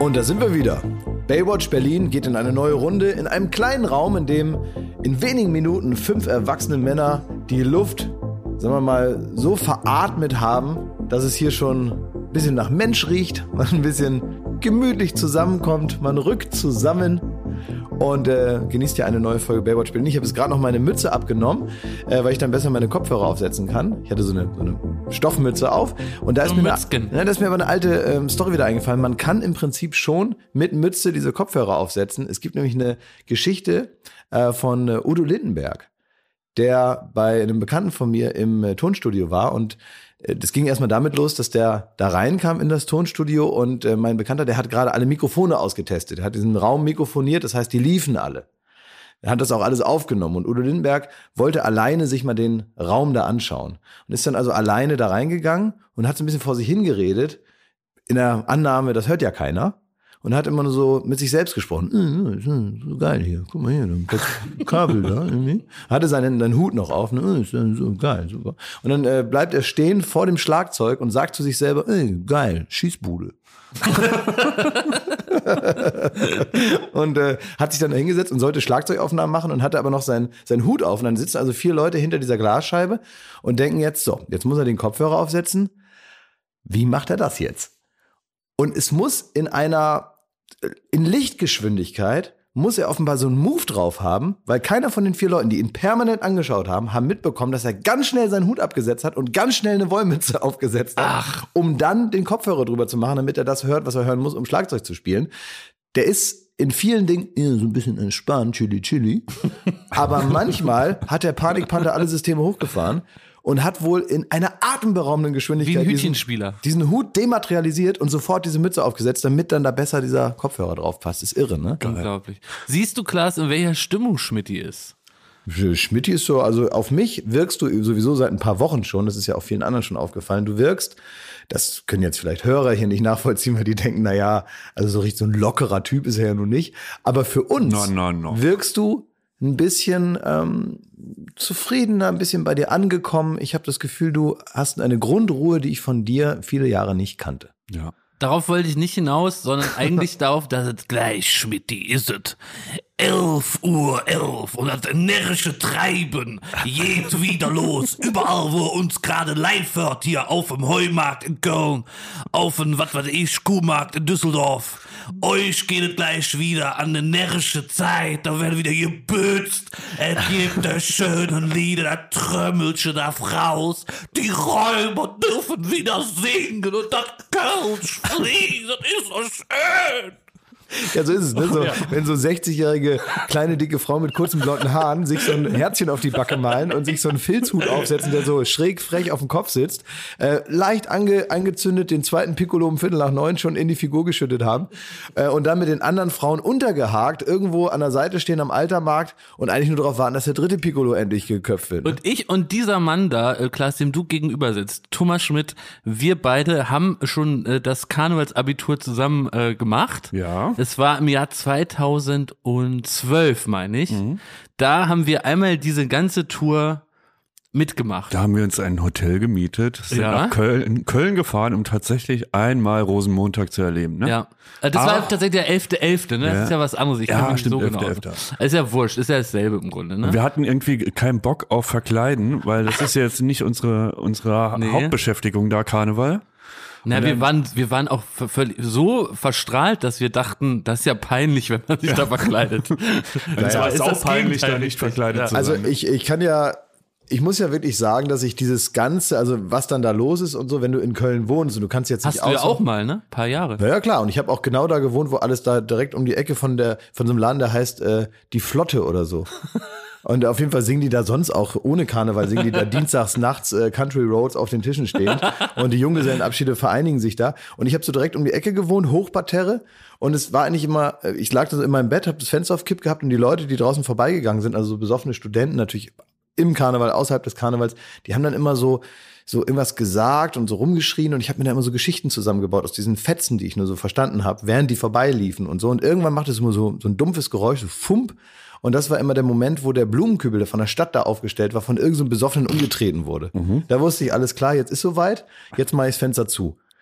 Und da sind wir wieder. Baywatch Berlin geht in eine neue Runde in einem kleinen Raum, in dem in wenigen Minuten 5 erwachsene Männer die Luft, sagen wir mal, so veratmet haben, dass es hier schon ein bisschen nach Mensch riecht, man ein bisschen gemütlich zusammenkommt, man rückt zusammen und genießt ja eine neue Folge Baywatch Berlin. Ich habe jetzt gerade noch meine Mütze abgenommen, weil ich dann besser meine Kopfhörer aufsetzen kann. Ich hatte so eine Stoffmütze auf und da ist mir aber eine alte Story wieder eingefallen. Man kann im Prinzip schon mit Mütze diese Kopfhörer aufsetzen. Es gibt nämlich eine Geschichte von Udo Lindenberg, der bei einem Bekannten von mir im Tonstudio war und das ging erstmal damit los, dass der da reinkam in das Tonstudio und mein Bekannter, der hat gerade alle Mikrofone ausgetestet. Er hat diesen Raum mikrofoniert, das heißt, die liefen alle. Er hat das auch alles aufgenommen und Udo Lindenberg wollte alleine sich mal den Raum da anschauen und ist dann also alleine da reingegangen und hat so ein bisschen vor sich hingeredet in der Annahme, das hört ja keiner. Und hat immer nur so mit sich selbst gesprochen. So geil hier, guck mal hier, ein Kabel da irgendwie. Hatte seinen Hut noch auf, ist so geil, super. Und dann bleibt er stehen vor dem Schlagzeug und sagt zu sich selber, geil, Schießbude. Und hat sich dann da hingesetzt und sollte Schlagzeugaufnahmen machen und hatte aber noch seinen Hut auf. Und dann sitzen also 4 Leute hinter dieser Glasscheibe und denken jetzt muss er den Kopfhörer aufsetzen. Wie macht er das jetzt? Und es muss in Lichtgeschwindigkeit muss er offenbar so einen Move drauf haben, weil keiner von den 4 Leuten, die ihn permanent angeschaut haben mitbekommen, dass er ganz schnell seinen Hut abgesetzt hat und ganz schnell eine Wollmütze aufgesetzt hat, um dann den Kopfhörer drüber zu machen, damit er das hört, was er hören muss, um Schlagzeug zu spielen. Der ist in vielen Dingen so ein bisschen entspannt, chili. Aber manchmal hat der Panikpanther alle Systeme hochgefahren und hat wohl in einer atemberaubenden Geschwindigkeit diesen Hut dematerialisiert und sofort diese Mütze aufgesetzt, damit dann da besser dieser Kopfhörer drauf passt. Ist irre, ne? Unglaublich. Siehst du, Klaas, in welcher Stimmung Schmitty ist? Schmitty ist so, also auf mich wirkst du sowieso seit ein paar Wochen schon, das ist ja auch vielen anderen schon aufgefallen, du wirkst, das können jetzt vielleicht Hörer hier nicht nachvollziehen, weil die denken, naja, also so richtig so ein lockerer Typ ist er ja nun nicht, aber für uns wirkst du ein bisschen zufriedener, ein bisschen bei dir angekommen. Ich habe das Gefühl, du hast eine Grundruhe, die ich von dir viele Jahre nicht kannte. Ja. Darauf wollte ich nicht hinaus, sondern eigentlich darauf, dass es gleich, Schmitty, ist es 11:11 Uhr und das energische Treiben geht wieder los. Überall, wo uns gerade live hört, hier auf dem Heumarkt in Köln, auf dem, Kuhmarkt in Düsseldorf. Euch geht es gleich wieder an eine närrische Zeit, da werden wieder gebützt. Es gibt das schöne Lieder, das Trömmelchen darf raus. Die Räuber dürfen wieder singen und das Kölsch fliegt, das ist so schön. Ja, so ist es, ne? So, wenn so 60-jährige kleine dicke Frau mit kurzen blonden Haaren sich so ein Herzchen auf die Backe malen und sich so einen Filzhut aufsetzen, der so schräg frech auf dem Kopf sitzt, leicht angezündet, den zweiten Piccolo um 8:45 schon in die Figur geschüttet haben und dann mit den anderen Frauen untergehakt irgendwo an der Seite stehen am Altermarkt und eigentlich nur darauf warten, dass der dritte Piccolo endlich geköpft wird. Ne? Und ich und dieser Mann da, Klaas, dem du gegenüber sitzt, Thomas Schmidt, wir beide haben schon das Karnevalsabitur zusammen gemacht. Ja. Es war im Jahr 2012, meine ich. Mhm. Da haben wir einmal diese ganze Tour mitgemacht. Da haben wir uns ein Hotel gemietet, sind nach Köln gefahren, um tatsächlich einmal Rosenmontag zu erleben. Ne? Ja, das war tatsächlich der 11.11., ne? Das ist ja was anderes. Ich kann mich nicht so genau. 11.11. Ist ja wurscht, ist ja dasselbe im Grunde. Ne? Wir hatten irgendwie keinen Bock auf Verkleiden, weil das ist ja jetzt nicht unsere Hauptbeschäftigung da, Karneval. Na, wir waren auch völlig so verstrahlt, dass wir dachten, das ist ja peinlich, wenn man sich da verkleidet. Das war auch peinlich, da nicht verkleidet zu sein. Also ich muss ja wirklich sagen, dass ich dieses Ganze, also was dann da los ist und so, wenn du in Köln wohnst und du kannst jetzt nicht Hast du ja auch mal, ne? Ein paar Jahre. Ja, klar. Und ich habe auch genau da gewohnt, wo alles da direkt um die Ecke von so einem Laden, der heißt Die Flotte oder so. Und auf jeden Fall singen die da sonst auch ohne Karneval, singen die da dienstags nachts Country Roads auf den Tischen stehen und die Junggesellenabschiede vereinigen sich da. Und ich habe so direkt um die Ecke gewohnt, Hochparterre. Und es war eigentlich immer, ich lag da so in meinem Bett, habe das Fenster auf Kipp gehabt und die Leute, die draußen vorbeigegangen sind, also so besoffene Studenten natürlich im Karneval, außerhalb des Karnevals, die haben dann immer so irgendwas gesagt und so rumgeschrien und ich habe mir da immer so Geschichten zusammengebaut aus diesen Fetzen, die ich nur so verstanden habe, während die vorbeiliefen und so. Und irgendwann macht es immer so ein dumpfes Geräusch, so Fump. Und das war immer der Moment, wo der Blumenkübel, der von der Stadt da aufgestellt war, von irgendeinem so Besoffenen umgetreten wurde. Mhm. Da wusste ich, alles klar, jetzt ist soweit, jetzt mache ich das Fenster zu.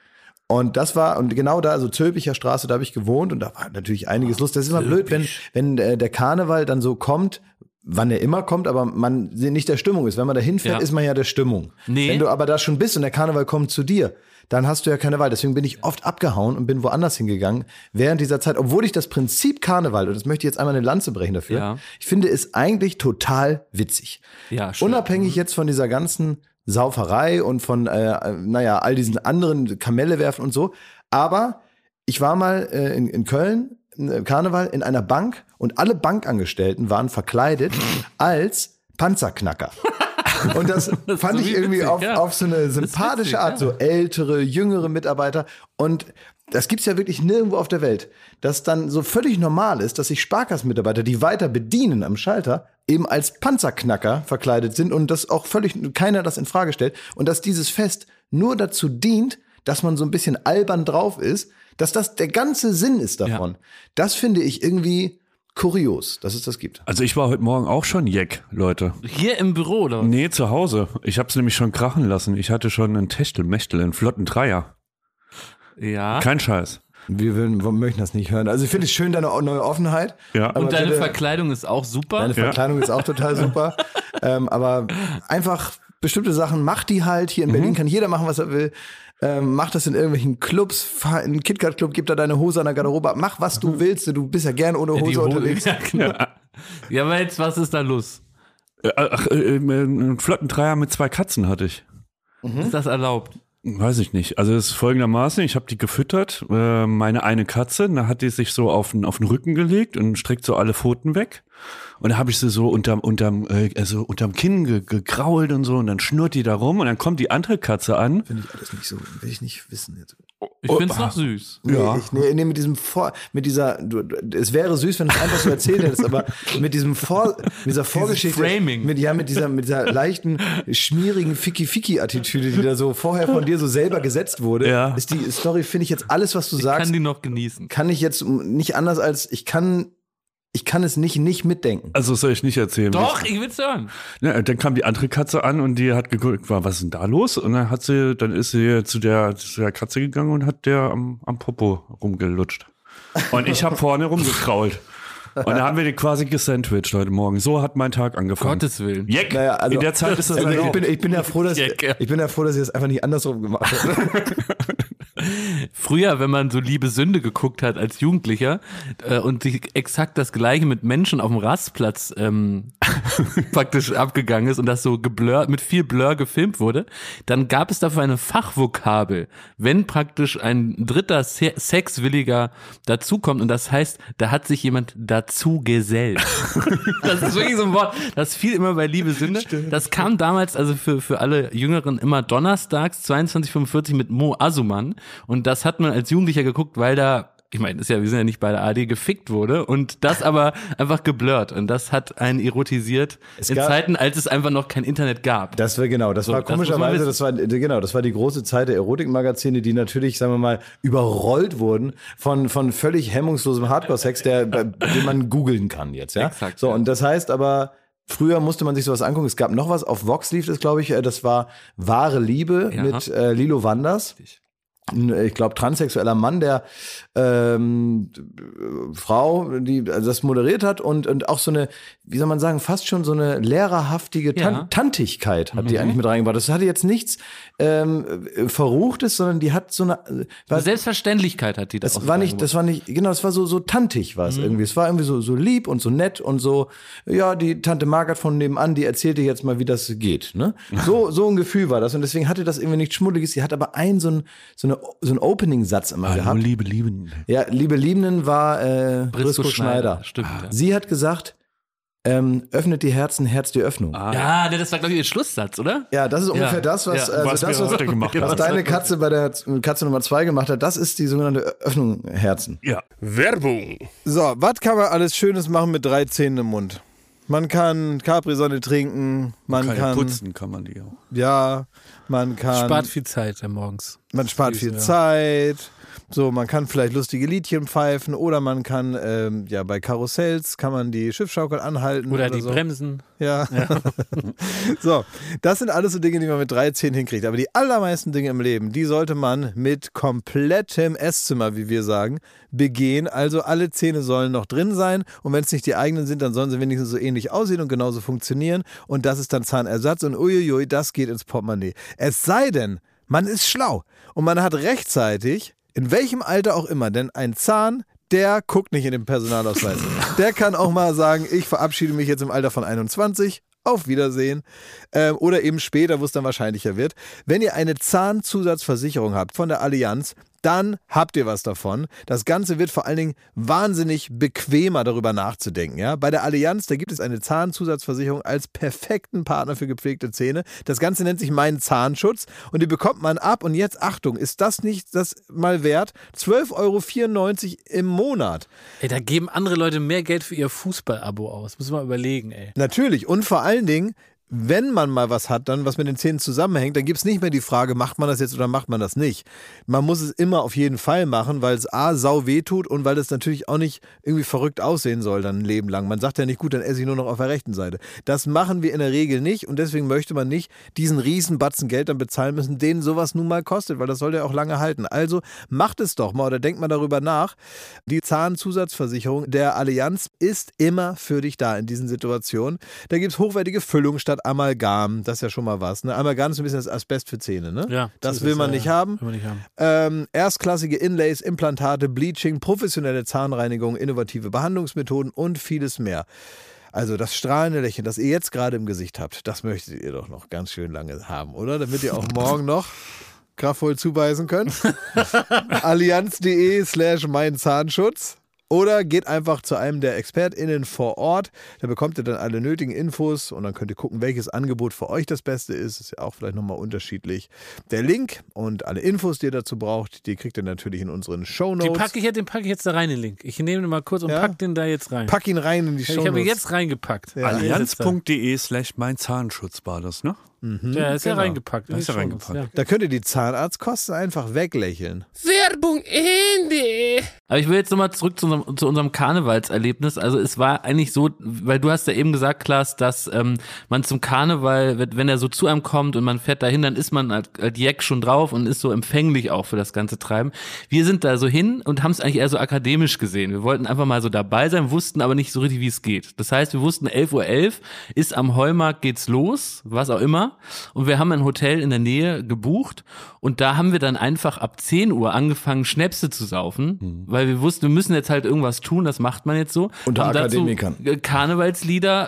Und das war, und genau da, also Zülpicher Straße, da habe ich gewohnt und da war natürlich einiges los. Das ist immer blöd, wenn der Karneval dann so kommt, wann er immer kommt, aber man nicht der Stimmung ist. Wenn man da hinfährt, ist man ja der Stimmung. Nee. Wenn du aber da schon bist und der Karneval kommt zu dir, dann hast du ja keine Wahl. Deswegen bin ich oft abgehauen und bin woanders hingegangen während dieser Zeit. Obwohl ich das Prinzip Karneval, und das möchte ich jetzt einmal eine Lanze brechen dafür, ich finde es eigentlich total witzig. Ja, schön. Unabhängig jetzt von dieser ganzen Sauferei und von, all diesen anderen Kamelle werfen und so. Aber ich war mal in Köln, Karneval, in einer Bank und alle Bankangestellten waren verkleidet als Panzerknacker. Und das fand ich irgendwie auf so eine sympathische Art, so ältere, jüngere Mitarbeiter. Und das gibt's ja wirklich nirgendwo auf der Welt, dass dann so völlig normal ist, dass sich Sparkassenmitarbeiter, die weiter bedienen am Schalter, eben als Panzerknacker verkleidet sind und dass auch keiner das in Frage stellt und dass dieses Fest nur dazu dient, dass man so ein bisschen albern drauf ist, dass das der ganze Sinn ist davon. Ja. Das finde ich irgendwie kurios, dass es das gibt. Also ich war heute Morgen auch schon Jeck, Leute. Hier im Büro, oder? Nee, zu Hause. Ich hab's nämlich schon krachen lassen. Ich hatte schon einen Techtelmechtel, einen flotten Dreier. Ja. Kein Scheiß. Wir möchten das nicht hören. Also ich finde es schön, deine neue Offenheit. Ja. Und deine Verkleidung ist auch super. Deine Verkleidung ist auch total super. Aber einfach bestimmte Sachen, mach die halt. Hier in Berlin kann jeder machen, was er will. Mach das in irgendwelchen Clubs, fahr in einen KitKat-Club, gib da deine Hose an der Garderobe ab, mach was du willst, du bist ja gern ohne Hose unterwegs. Ja, genau. Ja, aber jetzt, was ist da los? Einen flotten Dreier mit 2 Katzen hatte ich. Ist das erlaubt? Weiß ich nicht. Also es ist folgendermaßen, ich habe die gefüttert, meine eine Katze, da hat die sich so auf den Rücken gelegt und streckt so alle Pfoten weg. Und dann habe ich sie so unterm Kinn gekrault und so und dann schnurrt die da rum und dann kommt die andere Katze an. Finde ich alles nicht so, will ich nicht wissen jetzt. Ich find's noch süß. Nee, mit es wäre süß, wenn du es einfach so erzählt hättest, aber mit dieser Vorgeschichte, Framing. mit dieser leichten, schmierigen Ficky-Ficky-Attitüde, die da so vorher von dir so selber gesetzt wurde, ist die Story, finde ich jetzt alles, was du sagst. Ich kann die noch genießen. Kann ich jetzt nicht anders als, ich kann es nicht mitdenken. Also soll ich nicht erzählen. Doch, ich will's hören. Ja, dann kam die andere Katze an und die hat geguckt, was ist denn da los? Und dann ist sie zu der Katze gegangen und hat der am Popo rumgelutscht. Und ich habe vorne rumgekrault. Und dann haben wir die quasi gesandwiched heute Morgen. So hat mein Tag angefangen. Gottes Willen. Jeck. Naja, also, in der Zeit ist das ich bin ja froh, dass ich das einfach nicht andersrum gemacht habe. Früher, wenn man so Liebe Sünde geguckt hat als Jugendlicher und sich exakt das Gleiche mit Menschen auf dem Rastplatz praktisch abgegangen ist und das so mit viel Blur gefilmt wurde, dann gab es dafür eine Fachvokabel, wenn praktisch ein dritter Sexwilliger dazukommt und das heißt, da hat sich jemand dazu gesellt. Das ist wirklich so ein Wort, das fiel immer bei Liebe Sünde. Stimmt. Das kam damals also für alle Jüngeren immer donnerstags 22:45 mit Mo Asuman. Und das hat man als Jugendlicher geguckt, weil da, ich meine, wir sind ja nicht bei der ARD, gefickt wurde und das aber einfach geblurrt. Und das hat einen erotisiert in Zeiten, als es einfach noch kein Internet gab. Das war komischerweise, das war die große Zeit der Erotikmagazine, die natürlich, sagen wir mal, überrollt wurden von völlig hemmungslosem Hardcore-Sex, den man googeln kann jetzt, ja. Exakt, so, und das heißt aber, früher musste man sich sowas angucken. Es gab noch was, auf Vox lief das, glaube ich, das war Wahre Liebe mit Lilo Wanders. Ich glaube, transsexueller Mann, der Frau, die das moderiert hat und auch so eine, wie soll man sagen, fast schon so eine lehrerhaftige Tantigkeit hat die eigentlich mit reingebracht. Das hatte jetzt nichts Verruchtes, sondern die hat so eine Selbstverständlichkeit hat die das war nicht, genau, das war so tantig war es irgendwie. Es war irgendwie so lieb und so nett und so, ja, die Tante Margaret von nebenan, die erzählt dir jetzt mal, wie das geht, ne? So ein Gefühl war das und deswegen hatte das irgendwie nichts Schmuddeliges. Sie hat aber so einen Opening-Satz immer gehabt. Liebe Liebenden. Ja, Liebe Liebenden war Brisco Schneider. Stimmt. Ja. Sie hat gesagt, öffnet die Herzen, Herz die Öffnung. Ja, das war, glaube ich, ihr Schlusssatz, oder? Ja, das ist ungefähr das, was deine Katze bei der Katze Nummer 2 gemacht hat. Das ist die sogenannte Öffnung Herzen. Ja. Werbung. So, was kann man alles Schönes machen mit 3 Zähnen im Mund? Man kann Capri-Sonne trinken, man kann putzen, kann man die auch. Ja, man kann. Spart viel Zeit morgens. Man spart viel Zeit. So, man kann vielleicht lustige Liedchen pfeifen oder man kann, bei Karussells kann man die Schiffschaukel anhalten. Oder die so. Bremsen. Ja. So, das sind alles so Dinge, die man mit 3 Zähnen hinkriegt. Aber die allermeisten Dinge im Leben, die sollte man mit komplettem Esszimmer, wie wir sagen, begehen. Also alle Zähne sollen noch drin sein. Und wenn es nicht die eigenen sind, dann sollen sie wenigstens so ähnlich aussehen und genauso funktionieren. Und das ist dann Zahnersatz. Und uiuiui, das geht ins Portemonnaie. Es sei denn, man ist schlau. Und man hat rechtzeitig, in welchem Alter auch immer, denn ein Zahn, der guckt nicht in den Personalausweis. Der kann auch mal sagen, ich verabschiede mich jetzt im Alter von 21. Auf Wiedersehen. Oder eben später, wo es dann wahrscheinlicher wird. Wenn ihr eine Zahnzusatzversicherung habt von der Allianz, dann habt ihr was davon. Das Ganze wird vor allen Dingen wahnsinnig bequemer, darüber nachzudenken. Ja? Bei der Allianz, da gibt es eine Zahnzusatzversicherung als perfekten Partner für gepflegte Zähne. Das Ganze nennt sich Mein Zahnschutz und die bekommt man ab. Und jetzt, Achtung, ist das nicht das mal wert? 12,94 € im Monat. Ey, da geben andere Leute mehr Geld für ihr Fußball-Abo aus. Muss man mal überlegen, ey. Natürlich. Und vor allen Dingen, wenn man mal was hat, dann was mit den Zähnen zusammenhängt, dann gibt es nicht mehr die Frage, macht man das jetzt oder macht man das nicht. Man muss es immer auf jeden Fall machen, weil es A, sau weh tut und weil es natürlich auch nicht irgendwie verrückt aussehen soll dann ein Leben lang. Man sagt ja nicht, gut, dann esse ich nur noch auf der rechten Seite. Das machen wir in der Regel nicht und deswegen möchte man nicht diesen riesen Batzen Geld dann bezahlen müssen, den sowas nun mal kostet, weil das soll ja auch lange halten. Also macht es doch mal oder denkt mal darüber nach. Die Zahnzusatzversicherung der Allianz ist immer für dich da in diesen Situationen. Da gibt es hochwertige Füllungen statt Amalgam, das ist ja schon mal was. Ne? Amalgam ist ein bisschen das Asbest für Zähne, ne? Ja, das will man nicht haben. Erstklassige Inlays, Implantate, Bleaching, professionelle Zahnreinigung, innovative Behandlungsmethoden und vieles mehr. Also das strahlende Lächeln, das ihr jetzt gerade im Gesicht habt, das möchtet ihr doch noch ganz schön lange haben, oder? Damit ihr auch morgen noch kraftvoll zubeißen könnt. Allianz.de/meinzahnschutz. Oder geht einfach zu einem der ExpertInnen vor Ort. Da bekommt ihr dann alle nötigen Infos und dann könnt ihr gucken, welches Angebot für euch das Beste ist. Ist ja auch vielleicht nochmal unterschiedlich. Der Link und alle Infos, die ihr dazu braucht, die kriegt ihr natürlich in unseren Shownotes. Den packe ich jetzt da rein, den Link. Ich nehme den mal kurz und pack den da jetzt rein. Pack ihn rein in die Shownotes. Ich habe ihn jetzt reingepackt. Ja. Allianz.de/meinzahnschutz war das, ne? Ja, ist ja reingepackt. Ist ja reingepackt. Ja. Da könnt ihr die Zahnarztkosten einfach weglächeln. Werbung Ende. Aber ich will jetzt nochmal zurück zu unserem Karnevalserlebnis. Also es war eigentlich so, weil du hast ja eben gesagt, Klaas, dass man zum Karneval, wenn er so zu einem kommt und man fährt dahin, dann ist man als Jack schon drauf und ist so empfänglich auch für das ganze Treiben. Wir sind da so hin und haben es eigentlich eher so akademisch gesehen. Wir wollten einfach mal so dabei sein, wussten aber nicht so richtig, wie es geht. Das heißt, wir wussten, 11:11 Uhr ist am Heumarkt, geht's los, was auch immer. Und wir haben ein Hotel in der Nähe gebucht und da haben wir dann einfach ab 10 Uhr angefangen, Schnäpse zu saufen, weil wir wussten, wir müssen jetzt halt irgendwas tun, das macht man jetzt so. Unter und Akademikern. Karnevalslieder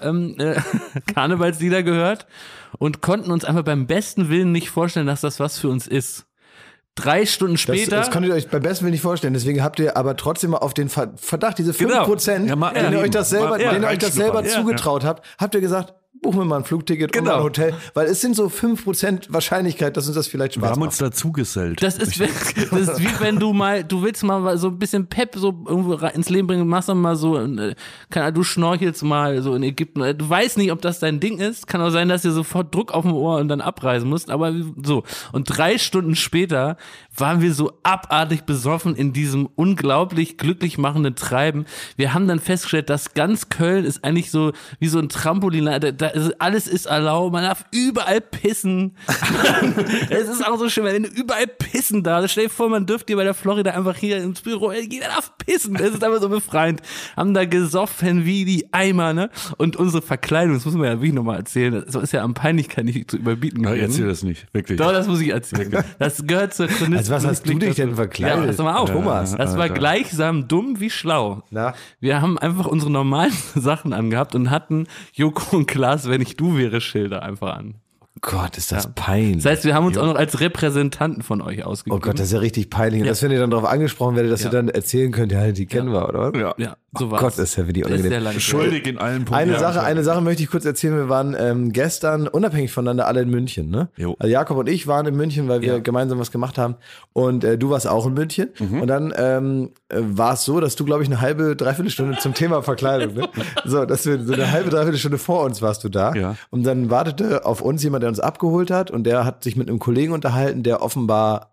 gehört und konnten uns einfach beim besten Willen nicht vorstellen, dass das was für uns ist. 3 Stunden später. Das könnt ihr euch beim besten Willen nicht vorstellen. Deswegen habt ihr aber trotzdem mal auf den Verdacht, diese 5%, denen ihr euch das selber zugetraut habt, habt ihr gesagt, buchen wir mal ein Flugticket und mal ein Hotel, weil es sind so 5% Wahrscheinlichkeit, dass uns das vielleicht Spaß macht. Wir haben uns dazu gesellt. Das ist wie wenn du willst mal so ein bisschen Pep so irgendwo ins Leben bringen, machst dann mal so, du schnorchelst mal so in Ägypten. Du weißt nicht, ob das dein Ding ist. Kann auch sein, dass du sofort Druck auf dem Ohr und dann abreisen musst, aber so. Und 3 Stunden später waren wir so abartig besoffen in diesem unglaublich glücklich machenden Treiben. Wir haben dann festgestellt, dass ganz Köln ist eigentlich so wie so ein Trampolin. Alles ist erlaubt, man darf überall pissen. Es ist auch so schön, wenn überall pissen da. Stell dir vor, man dürfte hier bei der Florida einfach hier ins Büro, jeder darf pissen. Es ist einfach so befreiend. Haben da gesoffen wie die Eimer, ne? Und unsere Verkleidung, das muss man ja wirklich nochmal erzählen, das ist ja an Peinlichkeit nicht zu überbieten. Ja, erzähl das nicht, wirklich. Doch, das muss ich erzählen. Das gehört zur Chronistik. Also was hast du dich denn verkleidet? Ja, pass mal auf, Thomas. Das war gleichsam dumm wie schlau. Na? Wir haben einfach unsere normalen Sachen angehabt und hatten Joko und Klaas, wenn ich du wäre, Schilder einfach an. Gott, ist das peinlich. Das heißt, wir haben uns auch noch als Repräsentanten von euch ausgegeben. Oh Gott, das ist ja richtig peinlich. Und das, wenn ihr dann darauf angesprochen werdet, dass ihr dann erzählen könnt, ja, die kennen wir, oder was? Ja, so war's. Gott, das ist ja wie die unangenehm. Schuldig in allen Punkten. Eine Sache möchte ich kurz erzählen. Wir waren gestern unabhängig voneinander alle in München, ne? Jo. Also Jakob und ich waren in München, weil wir gemeinsam was gemacht haben. Und du warst auch in München. Und dann war es so, dass du, glaube ich, eine halbe, dreiviertel Stunde zum Thema Verkleidung, ne? So, dass wir so eine halbe, dreiviertel Stunde vor uns warst du da. Ja. Und dann wartete auf uns jemand, der uns abgeholt hat. Und der hat sich mit einem Kollegen unterhalten, der offenbar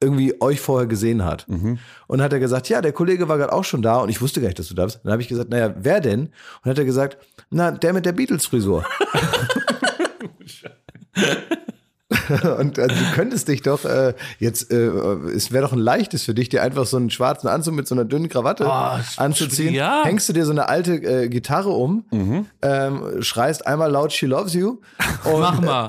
irgendwie euch vorher gesehen hat. Und hat er gesagt, ja, der Kollege war gerade auch schon da und ich wusste gar nicht, dass du da bist. Dann habe ich gesagt, naja, wer denn? Und hat er gesagt, na, der mit der Beatles-Frisur. Und also, du könntest dich doch es wäre doch ein leichtes für dich, dir einfach so einen schwarzen Anzug mit so einer dünnen Krawatte anzuziehen. Ja. Hängst du dir so eine alte Gitarre um, schreist einmal laut She Loves You und Mach mal.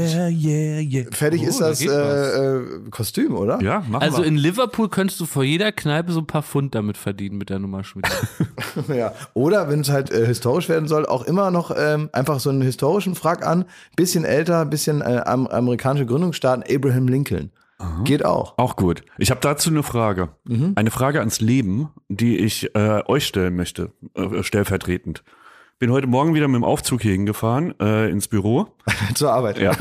fertig ist das Kostüm, oder? Ja, mach Also mal. in Liverpool könntest du vor jeder Kneipe so ein paar Pfund damit verdienen mit der Nummer Schmidt. Ja. Oder wenn es halt historisch werden soll, auch immer noch einfach so einen historischen Frack an, bisschen älter, bisschen amerikanische Gründungsstaaten, Abraham Lincoln. Geht auch. Auch gut. Ich habe dazu eine Frage. Eine Frage ans Leben, die ich euch stellen möchte, stellvertretend. Bin heute Morgen wieder mit dem Aufzug hier hingefahren, ins Büro. Zur Arbeit. Ja.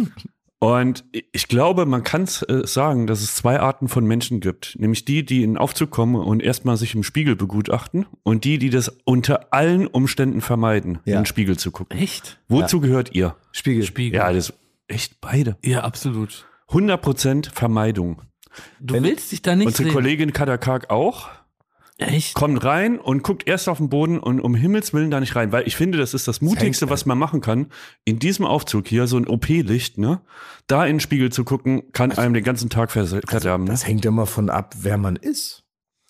Und ich glaube, man kann sagen, dass es zwei Arten von Menschen gibt. Nämlich die in den Aufzug kommen und erstmal sich im Spiegel begutachten und die das unter allen Umständen vermeiden, in den Spiegel zu gucken. Echt? Wozu gehört ihr? Spiegel. Ja, das echt beide. Ja, absolut. 100% Vermeidung. Du willst dich da nicht Unsere sehen. Kollegin Kadakak auch. Echt? Kommt rein und guckt erst auf den Boden und um Himmels Willen da nicht rein, weil ich finde, das ist das Mutigste, was man machen kann. In diesem Aufzug hier, so ein OP-Licht, ne, da in den Spiegel zu gucken, kann einem den ganzen Tag verderben. Ne? Das hängt ja mal von ab, wer man ist.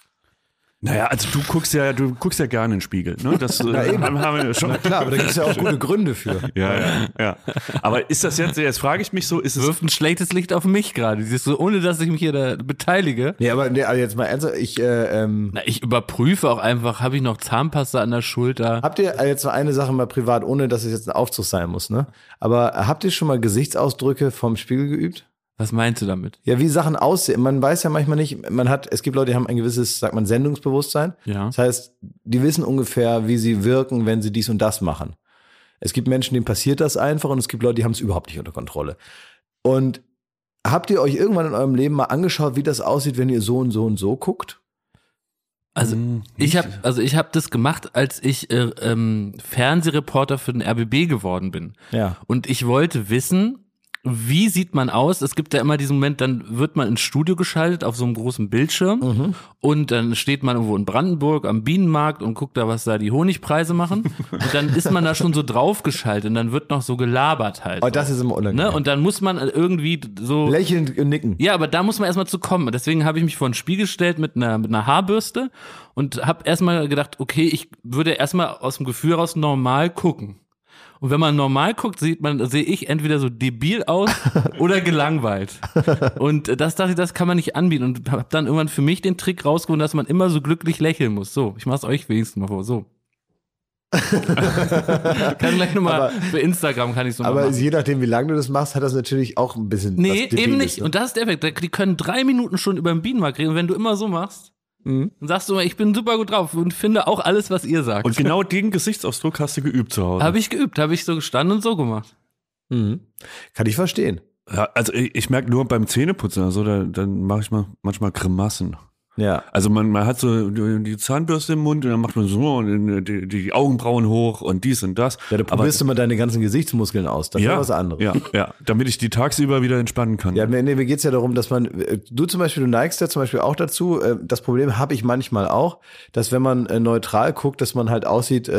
Naja, also du guckst ja gerne in den Spiegel, ne? Das haben wir schon. Na klar, aber da gibt es ja auch gute Gründe für. Ja. Aber ist das jetzt frage ich mich so, ist es Wirft ein schlechtes Licht auf mich gerade. Siehst du, ohne dass ich mich hier da beteilige. Nee, aber also jetzt mal ernsthaft, Ich überprüfe auch einfach, habe ich noch Zahnpasta an der Schulter? habt ihr jetzt mal eine Sache mal privat, ohne dass es jetzt ein Aufzug sein muss, ne? Aber habt ihr schon mal Gesichtsausdrücke vom Spiegel geübt? Was meinst du damit? Ja, wie Sachen aussehen. Man weiß ja manchmal nicht, es gibt Leute, die haben ein gewisses, sagt man, Sendungsbewusstsein. Ja. Das heißt, die wissen ungefähr, wie sie wirken, wenn sie dies und das machen. Es gibt Menschen, denen passiert das einfach und es gibt Leute, die haben es überhaupt nicht unter Kontrolle. Und habt ihr euch irgendwann in eurem Leben mal angeschaut, wie das aussieht, wenn ihr so und so und so guckt? Also ich habe das gemacht, als ich Fernsehreporter für den RBB geworden bin. Ja. Und ich wollte wissen, wie sieht man aus? Es gibt ja immer diesen Moment, dann wird man ins Studio geschaltet auf so einem großen Bildschirm und dann steht man irgendwo in Brandenburg am Bienenmarkt und guckt da, was da die Honigpreise machen und dann ist man da schon so draufgeschaltet und dann wird noch so gelabert halt. Oh, das ist immer unangenehm. Ne? Und dann muss man irgendwie so... Lächelnd und nicken. Ja, aber da muss man erstmal zu kommen. Deswegen habe ich mich vor den Spiegel gestellt mit einer Haarbürste und habe erstmal gedacht, okay, ich würde erstmal aus dem Gefühl raus normal gucken. Und wenn man normal guckt, sehe ich entweder so debil aus oder gelangweilt. Und das dachte ich, das kann man nicht anbieten. Und habe dann irgendwann für mich den Trick rausgefunden, dass man immer so glücklich lächeln muss. So, ich mach's euch wenigstens mal vor. So. Kann gleich nochmal für Instagram kann ich so Aber machen. je nachdem, wie lange du das machst, hat das natürlich auch ein bisschen Nee, was eben Debiles, nicht. ne? Und das ist der Effekt. Die können 3 Minuten schon über den Bienenmarkt reden. Und wenn du immer so machst, dann sagst du immer, ich bin super gut drauf und finde auch alles, was ihr sagt. Und genau den Gesichtsausdruck hast du geübt zu Hause. Habe ich geübt, habe ich so gestanden und so gemacht. Kann ich verstehen. Ja, also ich merke nur beim Zähneputzen, also dann mache ich manchmal Grimassen. Ja. Also man hat so die Zahnbürste im Mund und dann macht man so und die Augenbrauen hoch und dies und das. Ja, du probierst immer deine ganzen Gesichtsmuskeln aus. Das ist ja was anderes. Ja, damit ich die tagsüber wieder entspannen kann. Ja, mir geht's ja darum, dass man, du neigst ja zum Beispiel auch dazu, das Problem habe ich manchmal auch, dass wenn man neutral guckt, dass man halt aussieht,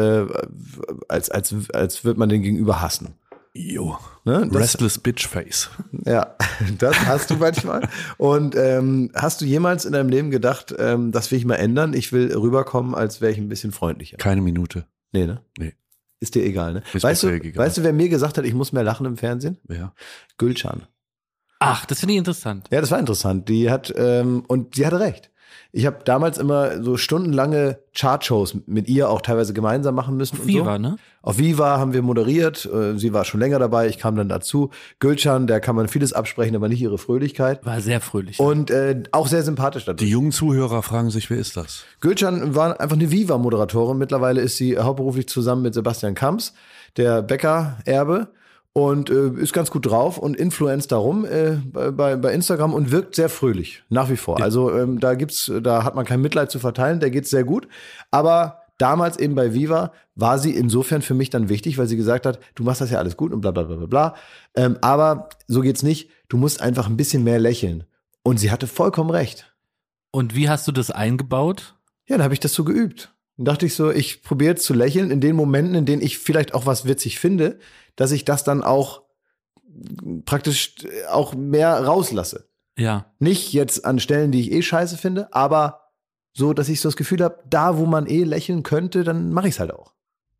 als würde man den Gegenüber hassen. Jo. Ne? Restless Bitch Face. Ja, das hast du manchmal. Und hast du jemals in deinem Leben gedacht, das will ich mal ändern, ich will rüberkommen, als wäre ich ein bisschen freundlicher? Keine Minute. Nee, ne? Nee. Ist dir egal, ne? Ist Weißt mir du, egal. weißt du, wer mir gesagt hat, ich muss mehr lachen im Fernsehen? Ja. Gülcan. Ach, das finde ich interessant. Ja, das war interessant. Die hat, und sie hatte recht. Ich habe damals immer so stundenlange Chartshows mit ihr auch teilweise gemeinsam machen müssen. Viva, und so. ne? Auf Viva haben wir moderiert. Sie war schon länger dabei. Ich kam dann dazu. Gülcan, der kann man vieles absprechen, aber nicht ihre Fröhlichkeit. War sehr fröhlich. Und auch sehr sympathisch Die dadurch. jungen Zuhörer fragen sich, wer ist das? Gülcan war einfach eine Viva-Moderatorin. Mittlerweile ist sie hauptberuflich zusammen mit Sebastian Kamps, der Bäcker-Erbe. Und ist ganz gut drauf und influenzt darum bei Instagram und wirkt sehr fröhlich, nach wie vor. Ja. Also da hat man kein Mitleid zu verteilen, der geht's sehr gut. Aber damals eben bei Viva war sie insofern für mich dann wichtig, weil sie gesagt hat, du machst das ja alles gut und bla bla bla bla bla. Aber so geht's nicht, du musst einfach ein bisschen mehr lächeln. Und sie hatte vollkommen recht. Und wie hast du das eingebaut? Ja, dann habe ich das so geübt. Dann dachte ich so, ich probiere jetzt zu lächeln in den Momenten, in denen ich vielleicht auch was witzig finde, dass ich das dann auch praktisch auch mehr rauslasse. Ja. Nicht jetzt an Stellen, die ich eh scheiße finde, aber so, dass ich so das Gefühl habe, da, wo man eh lächeln könnte, dann mache ich es halt auch.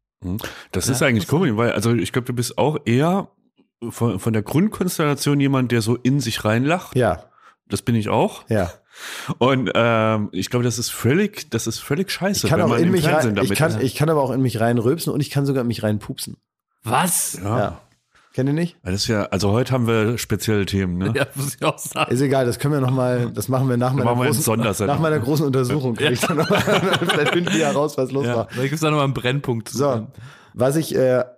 Das ist eigentlich komisch, weil also ich glaube, du bist auch eher von der Grundkonstellation jemand, der so in sich reinlacht. Ja. Das bin ich auch. Ja. Und ich glaube, das ist völlig scheiße, Ich kann wenn auch man in im mich Fernsehen rein, damit ist. ich kann aber auch in mich reinrülpsen und ich kann sogar in mich reinpupsen. Was? Ja. Kennt ihr nicht? Das ist ja, also heute haben wir spezielle Themen, ne? Ja, muss ich auch sagen. Ist egal, das können wir nochmal, das machen wir nach Machen meiner großen Untersuchung. Krieg ich dann noch mal, vielleicht finden wir heraus, was los war. Da gibt es da nochmal einen Brennpunkt. So, was ich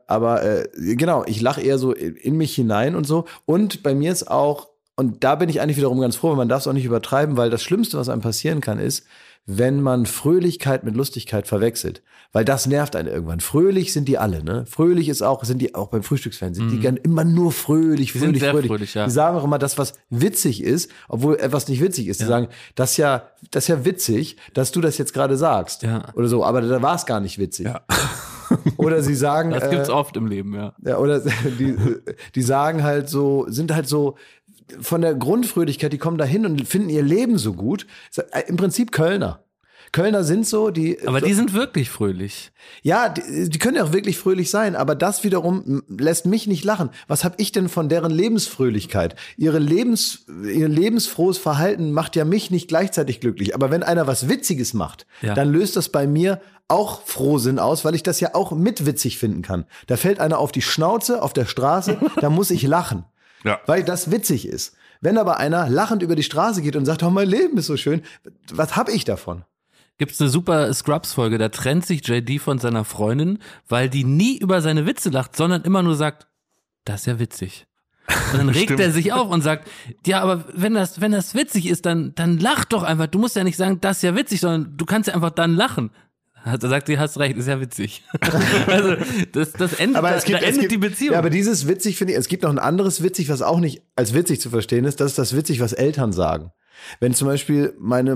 genau, ich lache eher so in mich hinein und so. Und bei mir ist auch, und da bin ich eigentlich wiederum ganz froh, weil man darf es auch nicht übertreiben, weil das Schlimmste, was einem passieren kann, ist, wenn man Fröhlichkeit mit Lustigkeit verwechselt. Weil das nervt einen irgendwann. Fröhlich sind die alle, ne? Fröhlich sind die auch beim Frühstücksfernsehen. Die gern immer nur fröhlich. Sind sehr fröhlich, ja. Die sagen auch immer das, was witzig ist, obwohl etwas nicht witzig ist. Die sagen, das ist ja witzig, dass du das jetzt gerade sagst. Ja. Oder so, aber da war es gar nicht witzig. Ja. Oder sie sagen. Das gibt's oft im Leben, ja. Ja, oder die sagen halt so, sind halt so von der Grundfröhlichkeit, die kommen da hin und finden ihr Leben so gut. Im Prinzip Kölner. Kölner sind so, Aber die sind wirklich fröhlich. Ja, die können ja auch wirklich fröhlich sein, aber das wiederum lässt mich nicht lachen. Was habe ich denn von deren Lebensfröhlichkeit? Ihr lebensfrohes Verhalten macht ja mich nicht gleichzeitig glücklich. Aber wenn einer was Witziges macht, dann löst das bei mir auch Frohsinn aus, weil ich das ja auch mitwitzig finden kann. Da fällt einer auf die Schnauze auf der Straße, da muss ich lachen. Ja. Weil das witzig ist. Wenn aber einer lachend über die Straße geht und sagt, oh, mein Leben ist so schön, was habe ich davon? Gibt's eine super Scrubs-Folge, da trennt sich JD von seiner Freundin, weil die nie über seine Witze lacht, sondern immer nur sagt, das ist ja witzig. Und dann regt er sich auf und sagt, ja, aber wenn das witzig ist, dann lach doch einfach. Du musst ja nicht sagen, das ist ja witzig, sondern du kannst ja einfach dann lachen. Da sagt sie, hast recht, ist ja witzig. Also das endet, aber endet die Beziehung. Ja, aber dieses witzig finde ich, es gibt noch ein anderes witzig, was auch nicht als witzig zu verstehen ist, das ist das witzig, was Eltern sagen. Wenn zum Beispiel meine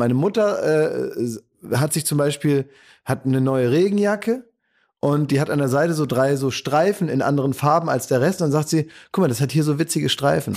Mutter hat eine neue Regenjacke und die hat an der Seite so 3 so Streifen in anderen Farben als der Rest und dann sagt sie, guck mal, das hat hier so witzige Streifen.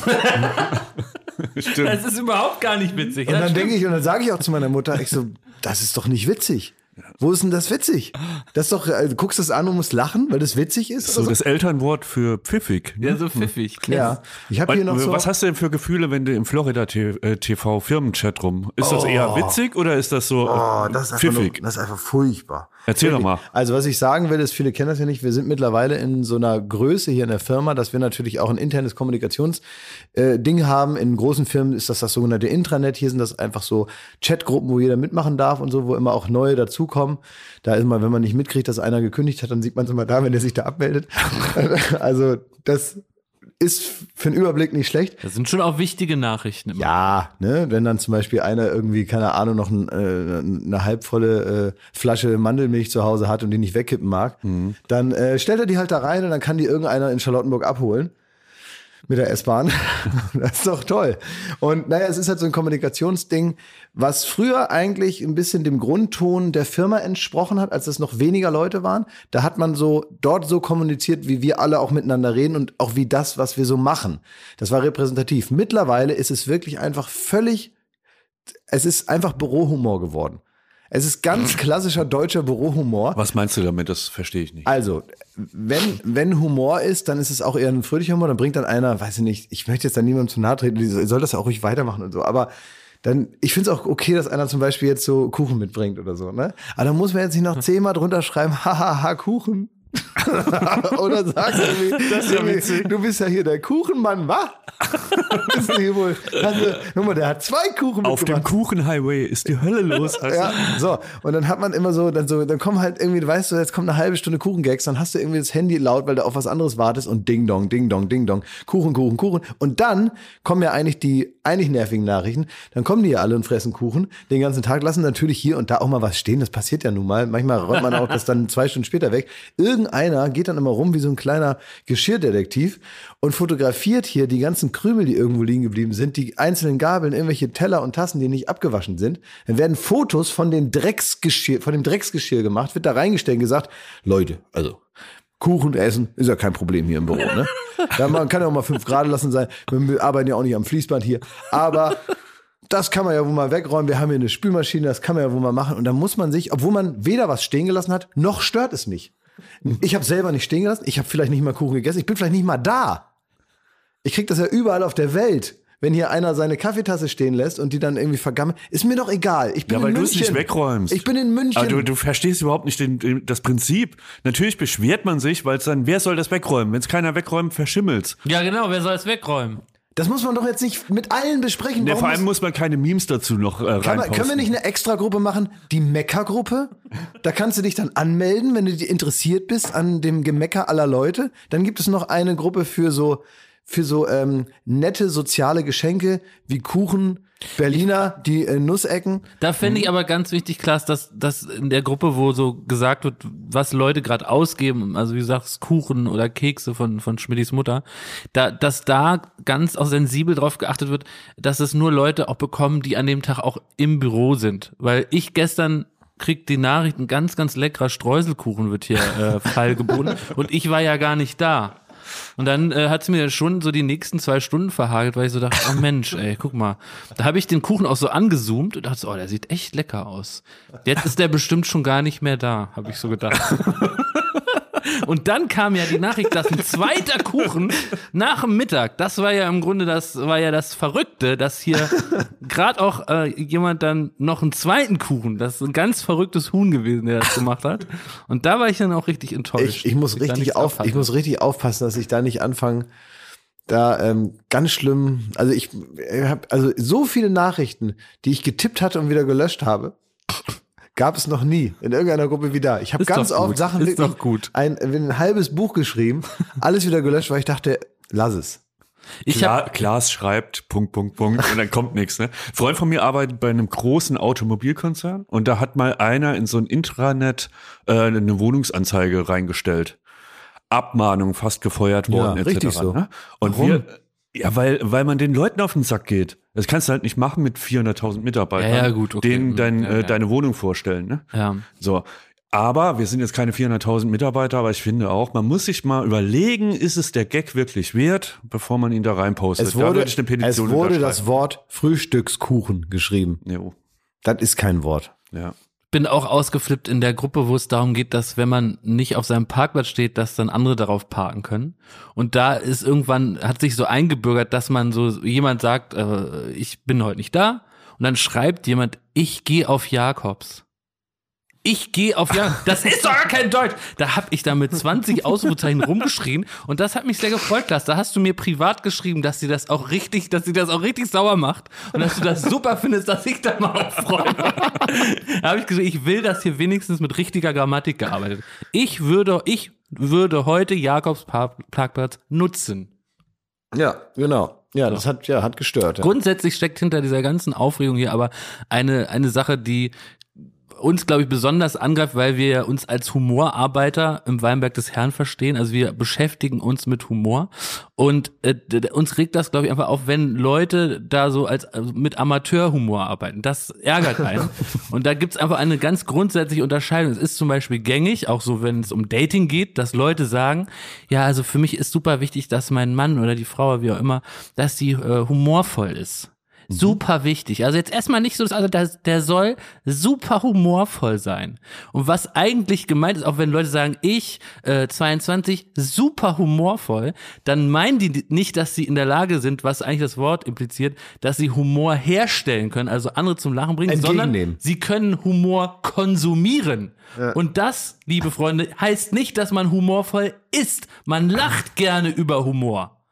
Stimmt. Das ist überhaupt gar nicht witzig. Und dann dann sage ich auch zu meiner Mutter, das ist doch nicht witzig. Wo ist denn das witzig? Das ist doch, du guckst das an und musst lachen, weil das witzig ist. So das Elternwort für pfiffig. Ja, so pfiffig. Ja. Ich habe hier noch so. Was hast du denn für Gefühle, wenn du im Florida TV Firmenchat rum? Ist das eher witzig oder ist das so das ist pfiffig? Das ist einfach furchtbar. Erzähl doch mal. Also was ich sagen will, ist, viele kennen das ja nicht, wir sind mittlerweile in so einer Größe hier in der Firma, dass wir natürlich auch ein internes Kommunikationsding haben. In großen Firmen ist das sogenannte Intranet. Hier sind das einfach so Chatgruppen, wo jeder mitmachen darf und so, wo immer auch neue dazukommen. Da ist mal, wenn man nicht mitkriegt, dass einer gekündigt hat, dann sieht man es immer da, wenn der sich da abmeldet. Also das ist für den Überblick nicht schlecht. Das sind schon auch wichtige Nachrichten immer. Ja, ne, wenn dann zum Beispiel einer irgendwie, keine Ahnung, noch eine halbvolle Flasche Mandelmilch zu Hause hat und die nicht wegkippen mag, dann stellt er die halt da rein und dann kann die irgendeiner in Charlottenburg abholen. Mit der S-Bahn. Das ist doch toll. Und naja, es ist halt so ein Kommunikationsding, was früher eigentlich ein bisschen dem Grundton der Firma entsprochen hat, als es noch weniger Leute waren. Da hat man dort so kommuniziert, wie wir alle auch miteinander reden und auch wie das, was wir so machen. Das war repräsentativ. Mittlerweile ist es wirklich einfach es ist einfach Bürohumor geworden. Es ist ganz klassischer deutscher Bürohumor. Was meinst du damit? Das verstehe ich nicht. Also, wenn Humor ist, dann ist es auch eher ein fröhlicher Humor. Dann bringt dann einer, weiß ich nicht, ich möchte jetzt da niemandem zu nahe treten, die soll das ja auch ruhig weitermachen und so. Aber dann, ich finde es auch okay, dass einer zum Beispiel jetzt so Kuchen mitbringt oder so, ne? Aber dann muss man jetzt nicht noch 10-mal drunter schreiben, hahaha, Kuchen. Oder sagst du, du bist ja hier der Kuchenmann, wa? Der hat 2 Kuchen Auf dem Kuchenhighway ist die Hölle los. Also. Ja, so. Und dann hat man immer dann kommen halt irgendwie, weißt du, jetzt kommt eine halbe Stunde Kuchengags, dann hast du irgendwie das Handy laut, weil du auf was anderes wartest und Ding Dong, Ding Dong, Ding Dong, Kuchen, Kuchen, Kuchen. Und dann kommen ja eigentlich die eigentlich nervigen Nachrichten, dann kommen die ja alle und fressen Kuchen den ganzen Tag, lassen natürlich hier und da auch mal was stehen, das passiert ja nun mal. Manchmal räumt man auch das dann 2 Stunden später weg. Irgendeiner geht dann immer rum wie so ein kleiner Geschirrdetektiv und fotografiert hier die ganzen Krümel, die irgendwo liegen geblieben sind, die einzelnen Gabeln, irgendwelche Teller und Tassen, die nicht abgewaschen sind. Dann werden Fotos von dem Drecksgeschirr gemacht, wird da reingestellt und gesagt, Leute, also Kuchen essen ist ja kein Problem hier im Büro, ne? Ja, man kann ja auch mal 5 Grad lassen sein. Wir arbeiten ja auch nicht am Fließband hier. Aber das kann man ja wohl mal wegräumen. Wir haben hier eine Spülmaschine, das kann man ja wohl mal machen. Und dann muss man sich, obwohl man weder was stehen gelassen hat, noch stört es mich. Ich habe selber nicht stehen gelassen. Ich habe vielleicht nicht mal Kuchen gegessen. Ich bin vielleicht nicht mal da. Ich krieg das ja überall auf der Welt. Wenn hier einer seine Kaffeetasse stehen lässt und die dann irgendwie vergammelt, ist mir doch egal. Ich bin in München. Ja, weil du es nicht wegräumst. Ich bin in München. Aber du verstehst überhaupt nicht das Prinzip. Natürlich beschwert man sich, weil es dann, wer soll das wegräumen? Wenn es keiner wegräumt, verschimmelt's. Ja, genau, wer soll es wegräumen? Das muss man doch jetzt nicht mit allen besprechen. Ja, vor allem muss man keine Memes dazu noch reinposten. Können wir nicht eine Extra-Gruppe machen? Die Mecker-Gruppe? Da kannst du dich dann anmelden, wenn du interessiert bist an dem Gemecker aller Leute. Dann gibt es noch eine Gruppe für so nette soziale Geschenke wie Kuchen, Berliner, die Nussecken. Da fände ich aber ganz wichtig, Klaas, dass in der Gruppe, wo so gesagt wird, was Leute gerade ausgeben, also wie du sagst, Kuchen oder Kekse von Schmidtis Mutter, dass da ganz auch sensibel drauf geachtet wird, dass es nur Leute auch bekommen, die an dem Tag auch im Büro sind. Weil ich gestern kriegt die Nachricht, ein ganz, ganz leckerer Streuselkuchen wird hier feilgeboten und ich war ja gar nicht da. Und dann hat es mir schon so die nächsten 2 Stunden verhagelt, weil ich so dachte, oh Mensch, ey, guck mal. Da habe ich den Kuchen auch so angezoomt und dachte so, oh, der sieht echt lecker aus. Jetzt ist der bestimmt schon gar nicht mehr da, habe ich so gedacht. Und dann kam ja die Nachricht, dass ein zweiter Kuchen nach dem Mittag, das war ja im Grunde das Verrückte, dass hier gerade auch jemand dann noch einen zweiten Kuchen, das ist ein ganz verrücktes Huhn gewesen, der das gemacht hat. Und da war ich dann auch richtig enttäuscht. Ich muss richtig aufpassen, dass ich da nicht anfange, da ganz schlimm, also ich habe so viele Nachrichten, die ich getippt hatte und wieder gelöscht habe. Gab es noch nie in irgendeiner Gruppe wie da. Ich habe ganz oft Sachen wirklich doch gut. Ein halbes Buch geschrieben, alles wieder gelöscht, weil ich dachte, lass es. Klaas schreibt, .. und dann kommt nichts. Ne? Ein Freund von mir arbeitet bei einem großen Automobilkonzern und da hat mal einer in so ein Intranet eine Wohnungsanzeige reingestellt. Abmahnung, fast gefeuert worden, etc. Richtig so. Ne? Und warum? Weil man den Leuten auf den Sack geht. Das kannst du halt nicht machen mit 400.000 Mitarbeitern, ja, gut, okay. denen deine Wohnung vorstellen. Ne? Ja. So. Aber wir sind jetzt keine 400.000 Mitarbeiter, aber ich finde auch, man muss sich mal überlegen, ist es der Gag wirklich wert, bevor man ihn da reinpostet. Es wurde das Wort Frühstückskuchen geschrieben. Jo. Das ist kein Wort. Ja. Bin auch ausgeflippt in der Gruppe, wo es darum geht, dass wenn man nicht auf seinem Parkplatz steht, dass dann andere darauf parken können. Und da ist irgendwann, hat sich so eingebürgert, dass man so, jemand sagt, ich bin heute nicht da. Und dann schreibt jemand, ich gehe auf Jakobs. Ich gehe auf Jakobs. Das ist doch gar kein Deutsch. Da habe ich da mit 20 Ausrufezeichen rumgeschrien. Und das hat mich sehr gefreut, Klaas. Da hast du mir privat geschrieben, dass sie das auch richtig sauer macht. Und dass du das super findest, dass ich da mal auch freue. Da habe ich gesagt, ich will, dass hier wenigstens mit richtiger Grammatik gearbeitet. Ich würde heute Jakobs Parkplatz nutzen. Ja, genau. Ja, das hat gestört. Ja. Grundsätzlich steckt hinter dieser ganzen Aufregung hier aber eine Sache, die uns, glaube ich, besonders angreift, weil wir uns als Humorarbeiter im Weinberg des Herrn verstehen. Also wir beschäftigen uns mit Humor und uns regt das, glaube ich, einfach auf, wenn Leute da so mit Amateurhumor arbeiten. Das ärgert einen. Und da gibt's einfach eine ganz grundsätzliche Unterscheidung. Es ist zum Beispiel gängig, auch so, wenn es um Dating geht, dass Leute sagen, ja, also für mich ist super wichtig, dass mein Mann oder die Frau, wie auch immer, dass die humorvoll ist. Super wichtig. Also jetzt erstmal nicht so, also der soll super humorvoll sein. Und was eigentlich gemeint ist, auch wenn Leute sagen, ich, 22, super humorvoll, dann meinen die nicht, dass sie in der Lage sind, was eigentlich das Wort impliziert, dass sie Humor herstellen können, also andere zum Lachen bringen, sondern sie können Humor konsumieren. Ja. Und das, liebe Freunde, heißt nicht, dass man humorvoll ist. Man lacht gerne über Humor.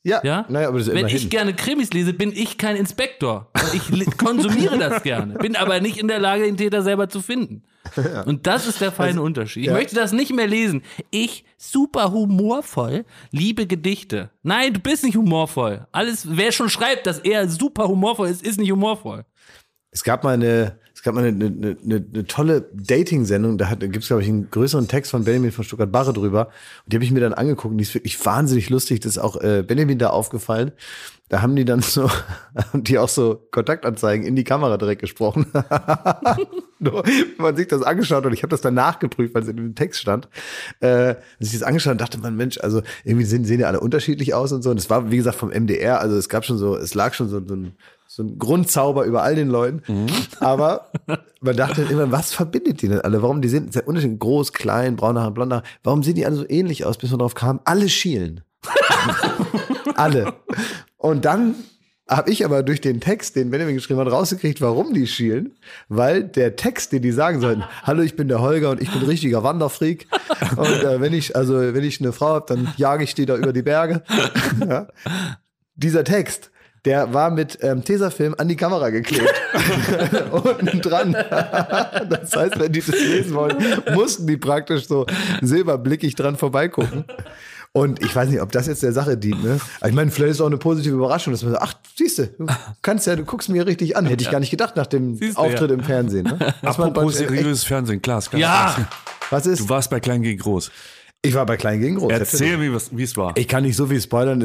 Ja? Naja, aber das ist Wenn immerhin. ich gerne Krimis lese, bin ich kein Inspektor. Und ich konsumiere das gerne. Bin aber nicht in der Lage, den Täter selber zu finden. Und das ist der feine Unterschied. Ich möchte das nicht mehr lesen. Ich, super humorvoll, liebe Gedichte. Nein, du bist nicht humorvoll. Wer schon schreibt, dass er super humorvoll ist nicht humorvoll. Es gab mal eine tolle Dating-Sendung, da gibt es, glaube ich, einen größeren Text von Benjamin von Stuttgart-Barre drüber. Und die habe ich mir dann angeguckt und die ist wirklich wahnsinnig lustig. Das ist auch Benjamin da aufgefallen. Da haben die dann so, auch so Kontaktanzeigen in die Kamera direkt gesprochen. Nur, wenn man sich das angeschaut und ich habe das dann nachgeprüft, weil es in dem Text stand. Als ich das angeschaut und dachte man, Mensch, also irgendwie sehen ja alle unterschiedlich aus und so. Und es war, wie gesagt, vom MDR, also es lag schon so ein Grundzauber über all den Leuten. Aber man dachte immer, was verbindet die denn alle? Warum? Die sind sehr unterschiedlich, groß, klein, braune Haare, blonde Haare. Warum sehen die alle so ähnlich aus, bis man drauf kam? Alle schielen. Alle. Und dann habe ich aber durch den Text, den Benjamin geschrieben hat, rausgekriegt, warum die schielen. Weil der Text, den die sagen sollten, hallo, ich bin der Holger und ich bin richtiger Wanderfreak. Und wenn ich eine Frau habe, dann jage ich die da über die Berge. Ja. Dieser Text, der war mit Tesafilm an die Kamera geklebt. Unten dran. Das heißt, wenn die das lesen wollen, mussten die praktisch so silberblickig dran vorbeigucken. Und ich weiß nicht, ob das jetzt der Sache dient, ne? Aber ich meine, vielleicht ist es auch eine positive Überraschung, dass man sagt, ach, siehste, du guckst mir richtig an. Hätte ich gar nicht gedacht nach dem Auftritt im Fernsehen. Ne? Apropos seriöses Fernsehen, klar. Ja! Was ist? Du warst bei Klein gegen Groß. Ich war bei Klein gegen Groß. Erzähl, wie es war. Ich kann nicht so viel spoilern.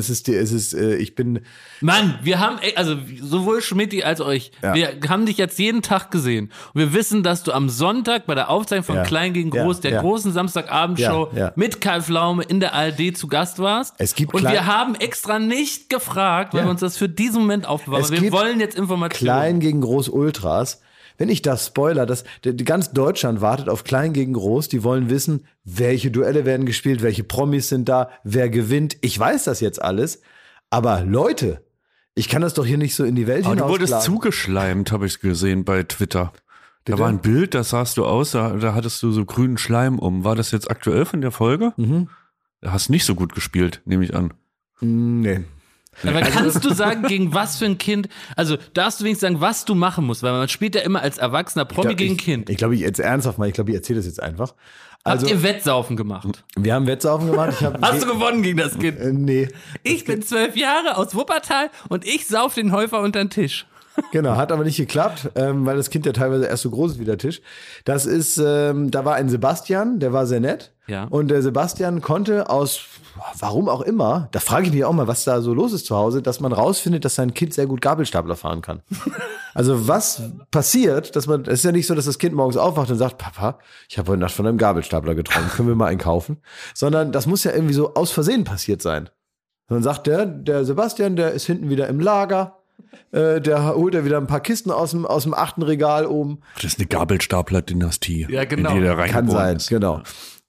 Mann, wir haben, also sowohl Schmidti als euch, wir haben dich jetzt jeden Tag gesehen. Und wir wissen, dass du am Sonntag bei der Aufzeichnung von Klein gegen Groß, der großen Samstagabendshow mit Kai Pflaume in der ARD zu Gast warst. Und wir haben extra nicht gefragt, weil wir uns das für diesen Moment aufbewahren. Wir wollen jetzt Informationen. Klein gegen Groß Ultras. Wenn ich das spoiler, ganz Deutschland wartet auf Klein gegen Groß. Die wollen wissen, welche Duelle werden gespielt, welche Promis sind da, wer gewinnt. Ich weiß das jetzt alles. Aber Leute, ich kann das doch hier nicht so in die Welt hinaus. Du wurdest zugeschleimt, habe ich gesehen bei Twitter. Da war ein Bild, da sahst du aus, da hattest du so grünen Schleim um. War das jetzt aktuell von der Folge? Mhm. Du hast nicht so gut gespielt, nehme ich an. Nee. Aber kannst du sagen, gegen was für ein Kind, also darfst du wenigstens sagen, was du machen musst, weil man spielt ja immer als erwachsener Promi gegen Kind. Ich glaube, ich jetzt ernsthaft mal, ich erzähle das jetzt einfach. Also, habt ihr Wettsaufen gemacht? Wir haben Wettsaufen gemacht. Hast du gewonnen gegen das Kind? Nee. Ich bin 12 Jahre aus Wuppertal und ich sauf den Häufer unter den Tisch. Genau, hat aber nicht geklappt, weil das Kind ja teilweise erst so groß ist wie der Tisch. Das ist, da war ein Sebastian, der war sehr nett. Ja. Und der Sebastian konnte aus, warum auch immer, da frage ich mich auch mal, was da so los ist zu Hause, dass man rausfindet, dass sein Kind sehr gut Gabelstapler fahren kann. Also was passiert, es ist ja nicht so, dass das Kind morgens aufwacht und sagt, Papa, ich habe heute Nacht von einem Gabelstapler geträumt, können wir mal einen kaufen? Sondern das muss ja irgendwie so aus Versehen passiert sein. Und dann sagt der Sebastian, der ist hinten wieder im Lager. Der holt er wieder ein paar Kisten aus dem 8. Regal oben. Das ist eine Gabelstapler-Dynastie. Ja, genau. In die der kann sein, ist. genau.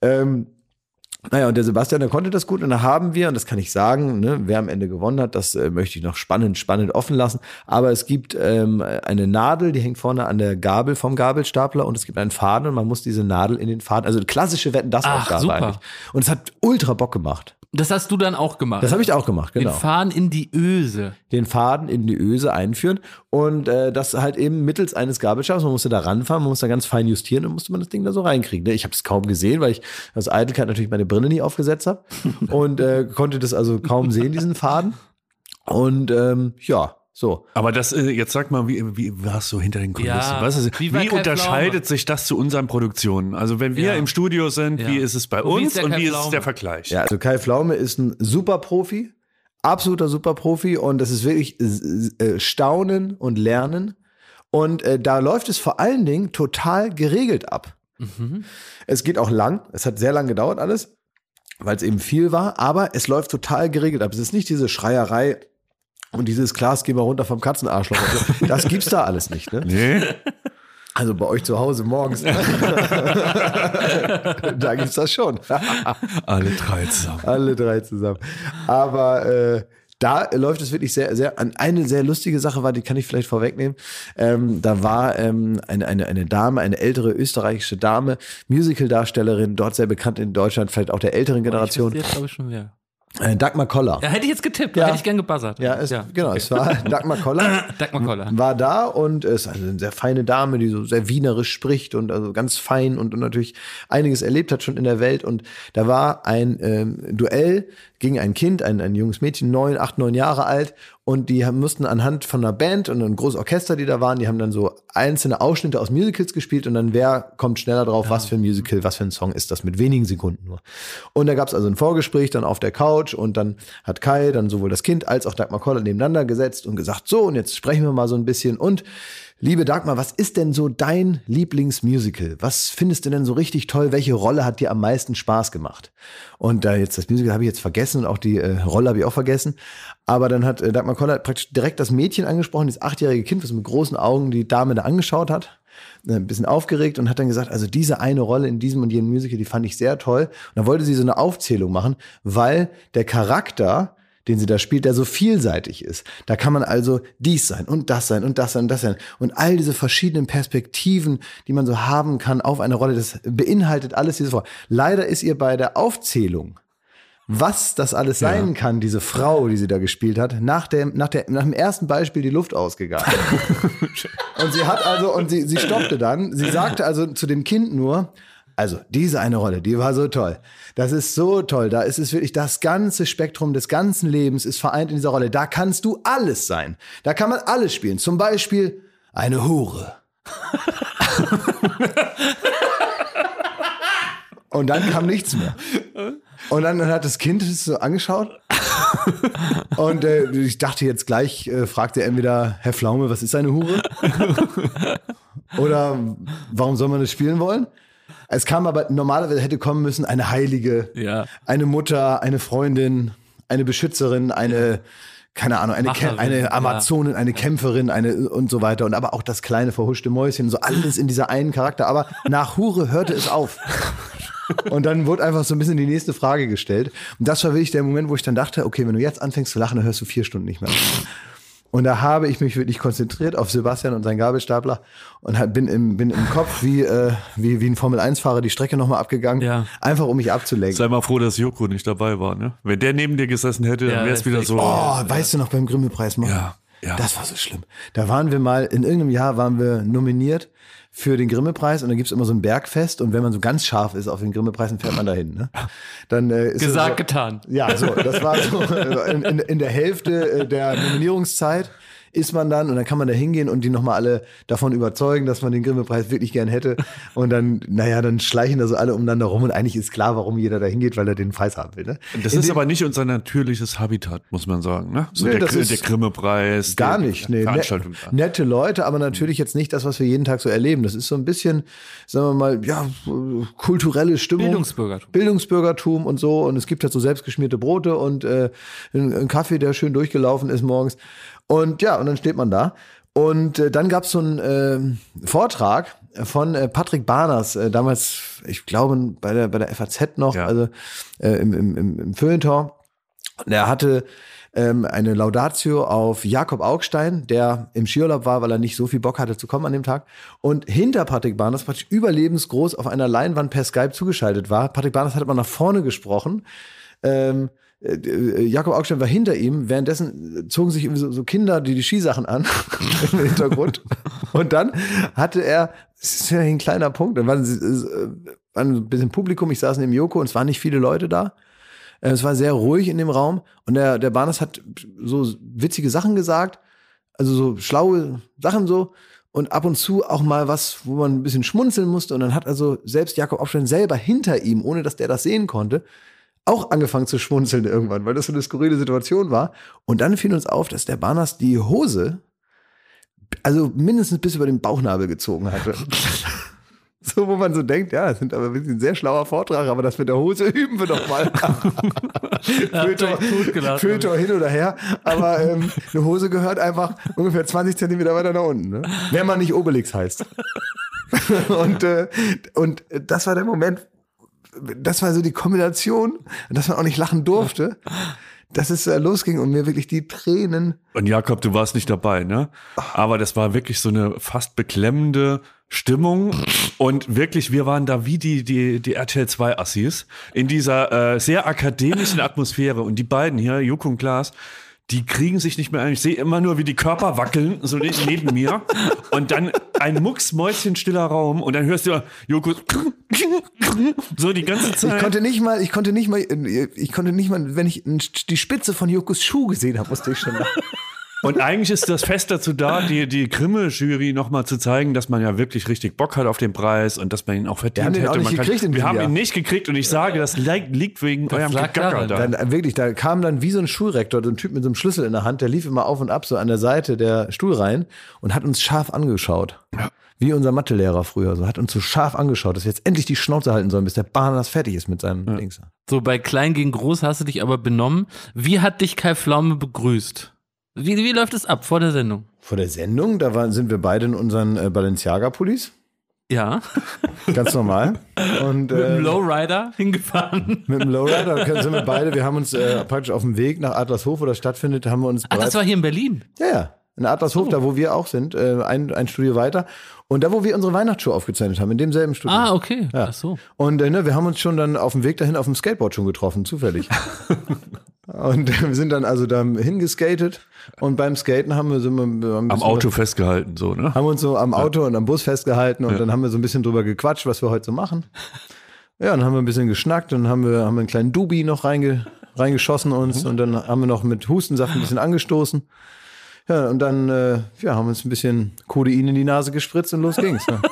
Naja, und der Sebastian, der konnte das gut. Und da haben wir, und das kann ich sagen, ne, wer am Ende gewonnen hat, das möchte ich noch spannend offen lassen. Aber es gibt eine Nadel, die hängt vorne an der Gabel vom Gabelstapler und es gibt einen Faden und man muss diese Nadel in den Faden, also eine klassische Wetten-das-Aufgabe eigentlich. Und es hat ultra Bock gemacht. Das hast du dann auch gemacht? Das habe ich auch gemacht, genau. Den Faden in die Öse. Den Faden in die Öse einführen und das halt eben mittels eines Gabelstaplers. Man musste da ranfahren, man musste da ganz fein justieren und musste man das Ding da so reinkriegen. Ich habe es kaum gesehen, weil ich aus Eitelkeit natürlich meine Brille nie aufgesetzt habe und konnte das also kaum sehen, diesen Faden. Und ja, so. Aber das, jetzt sag mal, wie war es so hinter den Kulissen? Ja, wie unterscheidet sich das zu unseren Produktionen? Also wenn wir im Studio sind, wie ist es bei uns und wie ist der Vergleich? Ja, also Kai Pflaume ist ein super Profi, absoluter super Profi und das ist wirklich Staunen und Lernen und da läuft es vor allen Dingen total geregelt ab. Mhm. Es geht auch lang, es hat sehr lang gedauert alles, weil es eben viel war, aber es läuft total geregelt ab. Es ist nicht diese Schreierei, und dieses Glas, geh mal runter vom Katzenarschloch. Das gibt's da alles nicht, ne? Nee. Also bei euch zu Hause morgens. Da gibt's das schon. Alle drei zusammen. Alle drei zusammen. Aber da läuft es wirklich sehr, sehr, eine sehr lustige Sache war, die kann ich vielleicht vorwegnehmen. Da war eine Dame, eine ältere österreichische Dame, Musical-Darstellerin, dort sehr bekannt in Deutschland, vielleicht auch der älteren Generation. Ich weiß jetzt, glaube ich, schon wer. Dagmar Koller. Ja, hätte ich jetzt getippt, Ja. hätte ich gern gebuzzert. Ja, genau, es war Dagmar Koller. Dagmar Koller. War da und ist also eine sehr feine Dame, die so sehr wienerisch spricht und also ganz fein und natürlich einiges erlebt hat schon in der Welt. Und da war ein Duell gegen ein Kind, ein junges Mädchen, 8, 9 Jahre alt. Und die mussten anhand von einer Band und einem großen Orchester, die da waren, die haben dann so einzelne Ausschnitte aus Musicals gespielt und dann wer kommt schneller drauf, was für ein Musical, was für ein Song ist das mit wenigen Sekunden nur. Und da gab es also ein Vorgespräch dann auf der Couch und dann hat Kai dann sowohl das Kind als auch Dagmar Koller nebeneinander gesetzt und gesagt, so und jetzt sprechen wir mal so ein bisschen und liebe Dagmar, was ist denn so dein Lieblingsmusical? Was findest du denn so richtig toll? Welche Rolle hat dir am meisten Spaß gemacht? Und jetzt das Musical habe ich jetzt vergessen und auch die Rolle habe ich auch vergessen. Aber dann hat Dagmar Koller praktisch direkt das Mädchen angesprochen, das 8-jährige Kind, was mit großen Augen die Dame da angeschaut hat. Ein bisschen aufgeregt und hat dann gesagt, also diese eine Rolle in diesem und jenem Musical, die fand ich sehr toll. Und dann wollte sie so eine Aufzählung machen, weil der Charakter, den sie da spielt, der so vielseitig ist. Da kann man also dies sein und das sein und das sein und das sein. Und all diese verschiedenen Perspektiven, die man so haben kann auf eine Rolle, das beinhaltet alles diese Frau. Leider ist ihr bei der Aufzählung, was das alles sein kann, diese Frau, die sie da gespielt hat, nach dem ersten Beispiel die Luft ausgegangen. Und sie hat also, und sie stoppte dann, sie sagte also zu dem Kind nur, also diese eine Rolle, die war so toll. Das ist so toll. Da ist es wirklich das ganze Spektrum des ganzen Lebens ist vereint in dieser Rolle. Da kannst du alles sein. Da kann man alles spielen. Zum Beispiel eine Hure. Und dann kam nichts mehr. Und dann hat das Kind es so angeschaut. Und ich dachte jetzt gleich, fragt er entweder Herr Pflaume, was ist eine Hure? Oder warum soll man das spielen wollen? Es kam aber, normalerweise hätte kommen müssen, eine Heilige, eine Mutter, eine Freundin, eine Beschützerin, eine, keine Ahnung, eine Amazonin, eine Kämpferin, eine und so weiter. Und aber auch das kleine verhuschte Mäuschen, so alles in dieser einen Charakter. Aber nach Hure hörte es auf. Und dann wurde einfach so ein bisschen die nächste Frage gestellt. Und das war wirklich der Moment, wo ich dann dachte, okay, wenn du jetzt anfängst zu lachen, dann hörst du 4 Stunden nicht mehr. Und da habe ich mich wirklich konzentriert auf Sebastian und seinen Gabelstapler und bin im Kopf wie ein Formel-1-Fahrer die Strecke nochmal abgegangen, einfach um mich abzulenken. Sei mal froh, dass Joko nicht dabei war, ne? Wenn der neben dir gesessen hätte, dann wäre es wieder so. Weißt du noch beim Grimme-Preis machen? Ja. Das war so schlimm. Da waren wir mal, in irgendeinem Jahr waren wir nominiert für den Grimme-Preis und da gibt's immer so ein Bergfest und wenn man so ganz scharf ist auf den Grimme-Preis, dann fährt man dahin. Ne? Dann ist gesagt, so, getan. Ja, so, das war so in der Hälfte der Nominierungszeit ist man dann und dann kann man da hingehen und die nochmal alle davon überzeugen, dass man den Grimme-Preis wirklich gern hätte und dann, dann schleichen da so alle umeinander rum und eigentlich ist klar, warum jeder da hingeht, weil er den Preis haben will. Ne? Das ist aber nicht unser natürliches Habitat, muss man sagen. Ne? So nee, der Grimme-Preis. Gar nicht. Nee, Veranstaltung. Nette Leute, aber natürlich jetzt nicht das, was wir jeden Tag so erleben. Das ist so ein bisschen, sagen wir mal, kulturelle Stimmung. Bildungsbürgertum und so und es gibt halt so selbstgeschmierte Brote und einen Kaffee, der schön durchgelaufen ist morgens. Und und dann steht man da. Und dann gab es so einen Vortrag von Patrick Barners, damals, ich glaube, bei der FAZ noch, also im Feuilleton. Der hatte eine Laudatio auf Jakob Augstein, der im Skiurlaub war, weil er nicht so viel Bock hatte zu kommen an dem Tag. Und hinter Patrick Barners, praktisch überlebensgroß auf einer Leinwand per Skype zugeschaltet war. Patrick Barners hat aber nach vorne gesprochen. Jakob Augstein war hinter ihm, währenddessen zogen sich irgendwie so Kinder die Skisachen an im Hintergrund. Und dann hatte er, das ist ja ein kleiner Punkt, dann war ein bisschen Publikum, ich saß neben Joko und es waren nicht viele Leute da. Es war sehr ruhig in dem Raum und der Barnes hat so witzige Sachen gesagt, also so schlaue Sachen so und ab und zu auch mal was, wo man ein bisschen schmunzeln musste und dann hat also selbst Jakob Augstein selber hinter ihm, ohne dass der das sehen konnte, auch angefangen zu schmunzeln irgendwann, weil das so eine skurrile Situation war. Und dann fiel uns auf, dass der Barners die Hose also mindestens bis über den Bauchnabel gezogen hatte. So, wo man so denkt, ja, das sind aber wirklich ein sehr schlauer Vortrag, aber das mit der Hose üben wir doch mal. Filter hin oder her. Aber eine Hose gehört einfach ungefähr 20 Zentimeter weiter nach unten. Ne? Wenn man nicht Obelix heißt. Und das war der Moment, das war so die Kombination, dass man auch nicht lachen durfte, dass es losging und mir wirklich die Tränen. Und Jakob, du warst nicht dabei, ne? Aber das war wirklich so eine fast beklemmende Stimmung und wirklich, wir waren da wie die RTL 2 Assis in dieser sehr akademischen Atmosphäre und die beiden hier, Joko und Klaas, die kriegen sich nicht mehr ein. Ich sehe immer nur, wie die Körper wackeln, so neben mir. Und dann ein mucksmäuschenstiller Raum und dann hörst du Joko so die ganze Zeit. Ich konnte nicht mal, wenn ich die Spitze von Jokos Schuh gesehen habe, musste ich schon lachen. Und eigentlich ist das Fest dazu da, die Grimme-Jury nochmal zu zeigen, dass man ja wirklich richtig Bock hat auf den Preis und dass man ihn auch verdient hätte. Wir haben ihn nicht gekriegt und ich sage, das liegt wegen eurem Gegacker da. Da kam dann wie so ein Schulrektor, so ein Typ mit so einem Schlüssel in der Hand, der lief immer auf und ab so an der Seite der Stuhlreihen und hat uns scharf angeschaut. Ja. Wie unser Mathelehrer früher, so hat uns so scharf angeschaut, dass wir jetzt endlich die Schnauze halten sollen, bis der Barnas fertig ist mit seinem Dings. So, bei Klein gegen Groß hast du dich aber benommen. Wie hat dich Kai Pflaume begrüßt? Wie läuft es ab vor der Sendung? Vor der Sendung, sind wir beide in unseren Balenciaga-Pullis. Ja. Ganz normal. Und, mit dem Lowrider hingefahren. Mit dem Lowrider sind wir beide, wir haben uns praktisch auf dem Weg nach Adlershof, wo das stattfindet, haben wir uns das war hier in Berlin? Ja. In Adlershof, da wo wir auch sind, ein Studio weiter. Und da, wo wir unsere Weihnachtsshow aufgezeichnet haben, in demselben Studio. Ah, okay. Ja. Ach so. Und wir haben uns schon dann auf dem Weg dahin auf dem Skateboard schon getroffen, zufällig. Und wir sind dann also da hingeskatet und beim Skaten haben wir am Auto festgehalten, so, ne? Haben uns so am Auto und am Bus festgehalten und dann haben wir so ein bisschen drüber gequatscht, was wir heute so machen. Ja, dann haben wir ein bisschen geschnackt und haben wir einen kleinen Dubi noch reingeschossen uns und dann haben wir noch mit Hustensaft ein bisschen angestoßen. Ja, und dann haben wir uns ein bisschen Codein in die Nase gespritzt und los ging's. Ne?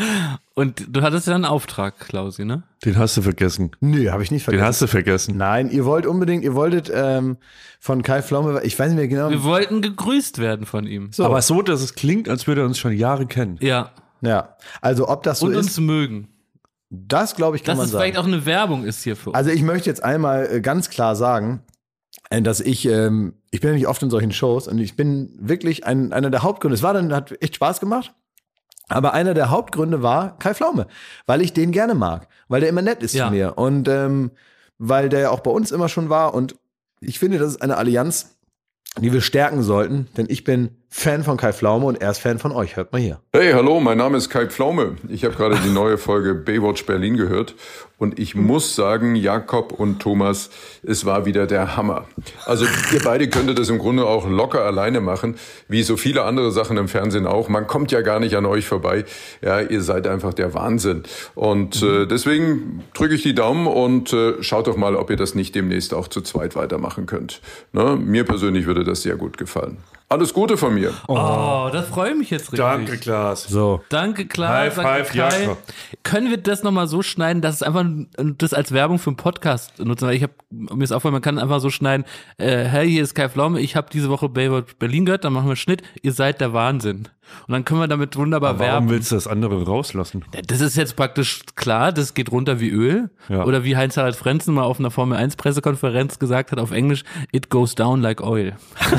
Und du hattest ja einen Auftrag, Klausi, ne? Den hast du vergessen. Nee, habe ich nicht vergessen. Den hast du vergessen. Nein, ihr wolltet von Kai Pflaume, ich weiß nicht mehr genau. Wir wollten gegrüßt werden von ihm. So. Aber so, dass es klingt, als würde er uns schon Jahre kennen. Ja. Ja, also ob das so ist. Und uns mögen. Das, glaube ich, kann man sagen. Dass es vielleicht auch eine Werbung ist hier für uns. Also ich möchte jetzt einmal ganz klar sagen, dass ich bin ja nicht oft in solchen Shows und ich bin wirklich einer der Hauptgründe. Hat echt Spaß gemacht. Aber einer der Hauptgründe war Kai Pflaume, weil ich den gerne mag, weil der immer nett ist zu mir und weil der ja auch bei uns immer schon war und ich finde, das ist eine Allianz, die wir stärken sollten, denn ich bin Fan von Kai Pflaume und er ist Fan von euch. Hört mal hier. Hey, hallo, mein Name ist Kai Pflaume. Ich habe gerade die neue Folge Baywatch Berlin gehört und ich muss sagen, Jakob und Thomas, es war wieder der Hammer. Also ihr beide könntet das im Grunde auch locker alleine machen, wie so viele andere Sachen im Fernsehen auch. Man kommt ja gar nicht an euch vorbei. Ja, ihr seid einfach der Wahnsinn. Und deswegen drücke ich die Daumen und schaut doch mal, ob ihr das nicht demnächst auch zu zweit weitermachen könnt. Ne? Mir persönlich würde das sehr gut gefallen. Alles Gute von mir. Oh, das freut mich jetzt richtig. Danke, Klaas. So. Danke, Klaas. High five, Jakob. Können wir das nochmal so schneiden, dass es einfach das als Werbung für einen Podcast nutzen? Weil mir ist aufgefallen, man kann einfach so schneiden, hey, hier ist Kai Pflaume, ich habe diese Woche Baywatch Berlin gehört, dann machen wir einen Schnitt, ihr seid der Wahnsinn. Und dann können wir damit wunderbar werben. Warum willst du das andere rauslassen? Das ist jetzt praktisch klar, das geht runter wie Öl. Ja. Oder wie Heinz-Harald Frentzen mal auf einer Formel-1-Pressekonferenz gesagt hat auf Englisch, it goes down like oil.